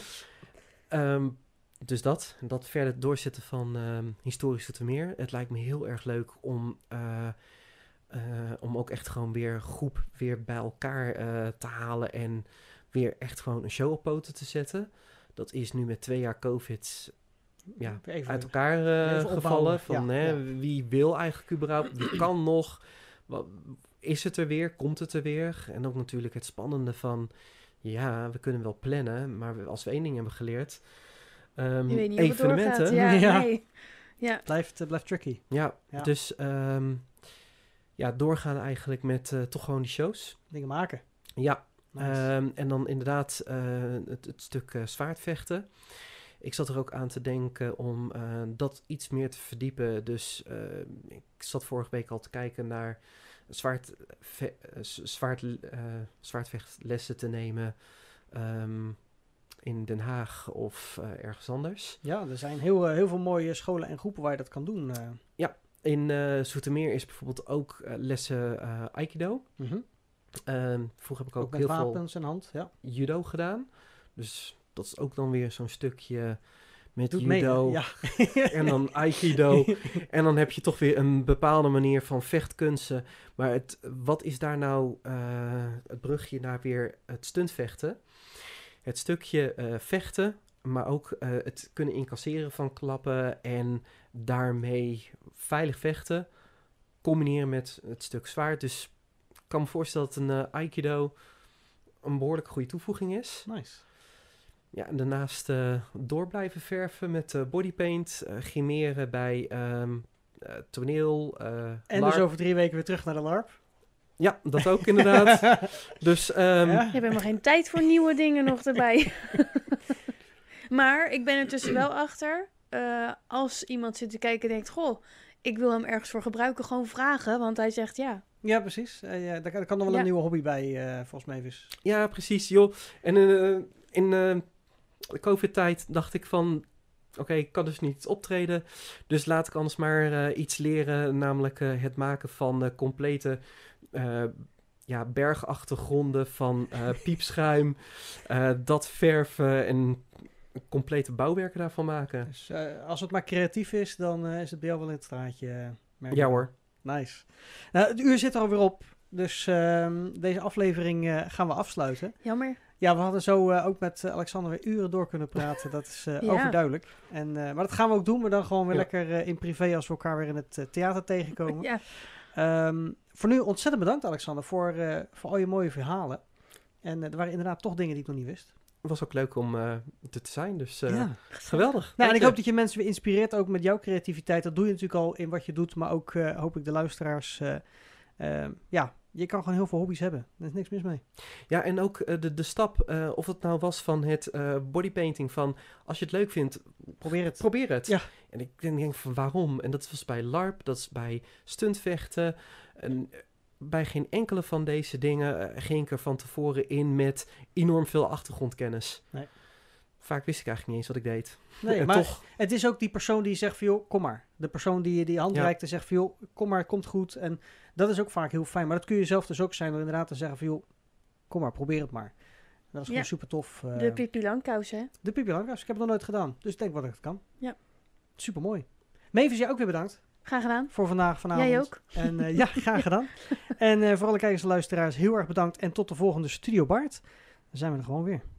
Dus dat verder doorzetten van historisch Zoetermeer. Het lijkt me heel erg leuk om Om ook echt gewoon weer groep weer bij elkaar te halen en weer echt gewoon een show op poten te zetten. Dat is nu met 2 jaar COVID Even uit elkaar even gevallen. opbouwen. Ja. Wie wil eigenlijk überhaupt? Wie kan nog? Is het er weer? Komt het er weer? En ook natuurlijk het spannende van... Ja, we kunnen wel plannen, maar als we 1 ding hebben geleerd... Je weet niet evenementen. of het doorgaat. Ja, Ja. nee. Ja. Blijft tricky. Ja, Ja. dus doorgaan eigenlijk met toch gewoon die shows. Dingen maken. Ja, Nice. en dan inderdaad het stuk zwaardvechten. Ik zat er ook aan te denken om dat iets meer te verdiepen. Dus ik zat vorige week al te kijken naar zwaardvechtlessen te nemen in Den Haag of ergens anders. Ja, er zijn heel veel mooie scholen en groepen waar je dat kan doen. In Zoetermeer is bijvoorbeeld ook lessen Aikido. Mhm. Vroeger heb ik Ook ook met heel veel wapens en hand. Ja. judo gedaan. Dus dat is ook dan weer zo'n stukje met Doet mee, hè? judo Ja. en dan aikido. En dan heb je toch weer een bepaalde manier van vechtkunsten. Maar wat is daar nou het brugje naar weer het stuntvechten? Het stukje vechten, maar ook het kunnen incasseren van klappen en daarmee veilig vechten. Combineren met het stuk zwaard. Dus ik kan me voorstellen dat een aikido een behoorlijk goede toevoeging is. Nice. Ja, en daarnaast door blijven verven met bodypaint, grimeren bij toneel. En LARP. dus over 3 weken weer terug naar de LARP. Ja, dat ook inderdaad. Dus Ja? Je hebt helemaal geen tijd voor nieuwe dingen nog erbij. Maar ik ben er tussen wel achter. Als iemand zit te kijken en denkt... Goh, ik wil hem ergens voor gebruiken. Gewoon vragen. Want hij zegt ja. Ja, precies. Daar kan nog wel Ja. een nieuwe hobby bij, volgens mij. Dus. ja, precies, joh. En in de COVID-tijd dacht ik van... Oké, ik kan dus niet optreden. Dus laat ik anders maar iets leren. Namelijk het maken van complete bergachtergronden van piepschuim. Dat verven en complete bouwwerken daarvan maken. Dus als het maar creatief is, dan is het bij jou wel in het straatje. merk ik Ja wel. hoor. Nice. Nou, het uur zit er alweer op. Dus deze aflevering gaan we afsluiten. Jammer. Ja, we hadden zo ook met Alexander weer uren door kunnen praten. Dat is Ja. overduidelijk. Maar dat gaan we ook doen. Maar dan gewoon weer Ja. lekker in privé als we elkaar weer in het theater tegenkomen. Ja. Voor nu ontzettend bedankt, Alexander, voor al je mooie verhalen. En er waren inderdaad toch dingen die ik nog niet wist. Het was ook leuk om er te zijn. Dus Ja. geweldig. Nou, en Dank ik je. hoop dat je mensen weer inspireert, ook met jouw creativiteit. Dat doe je natuurlijk al in wat je doet, maar ook hoop ik de luisteraars. Je kan gewoon heel veel hobby's hebben. Er is niks mis mee. Ja, en ook de stap, of het nou was van het bodypainting, van als je het leuk vindt, Probeer het. probeer het. Ja. En ik denk van waarom? En dat was bij LARP, dat is bij stuntvechten. En bij geen enkele van deze dingen ging ik er van tevoren in met enorm veel achtergrondkennis. Nee. Vaak wist ik eigenlijk niet eens wat ik deed. Nee, En maar toch, het is ook die persoon die zegt van joh, kom maar. De persoon die je die hand Ja. reikt en zegt van joh, kom maar, het komt goed. En dat is ook vaak heel fijn. Maar dat kun je zelf dus ook zijn door inderdaad te zeggen van joh, kom maar, probeer het maar. Dat is gewoon Ja. super tof. De Pippi Langkous, hè? De Pippi Langkous. Ik heb het nog nooit gedaan. Dus ik denk wat ik het kan. Ja. Super mooi. Mavis, jij ook weer bedankt Graag gedaan. voor vanavond. Jij ook. En ja, graag gedaan. En voor alle kijkers en luisteraars heel erg bedankt. En tot de volgende Studio Bart. Dan zijn we er gewoon weer.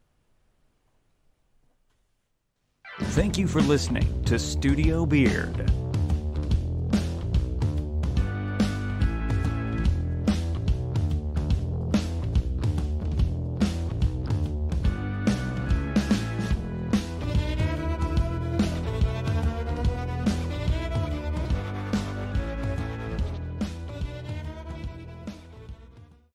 Thank you for listening to Studio Beard.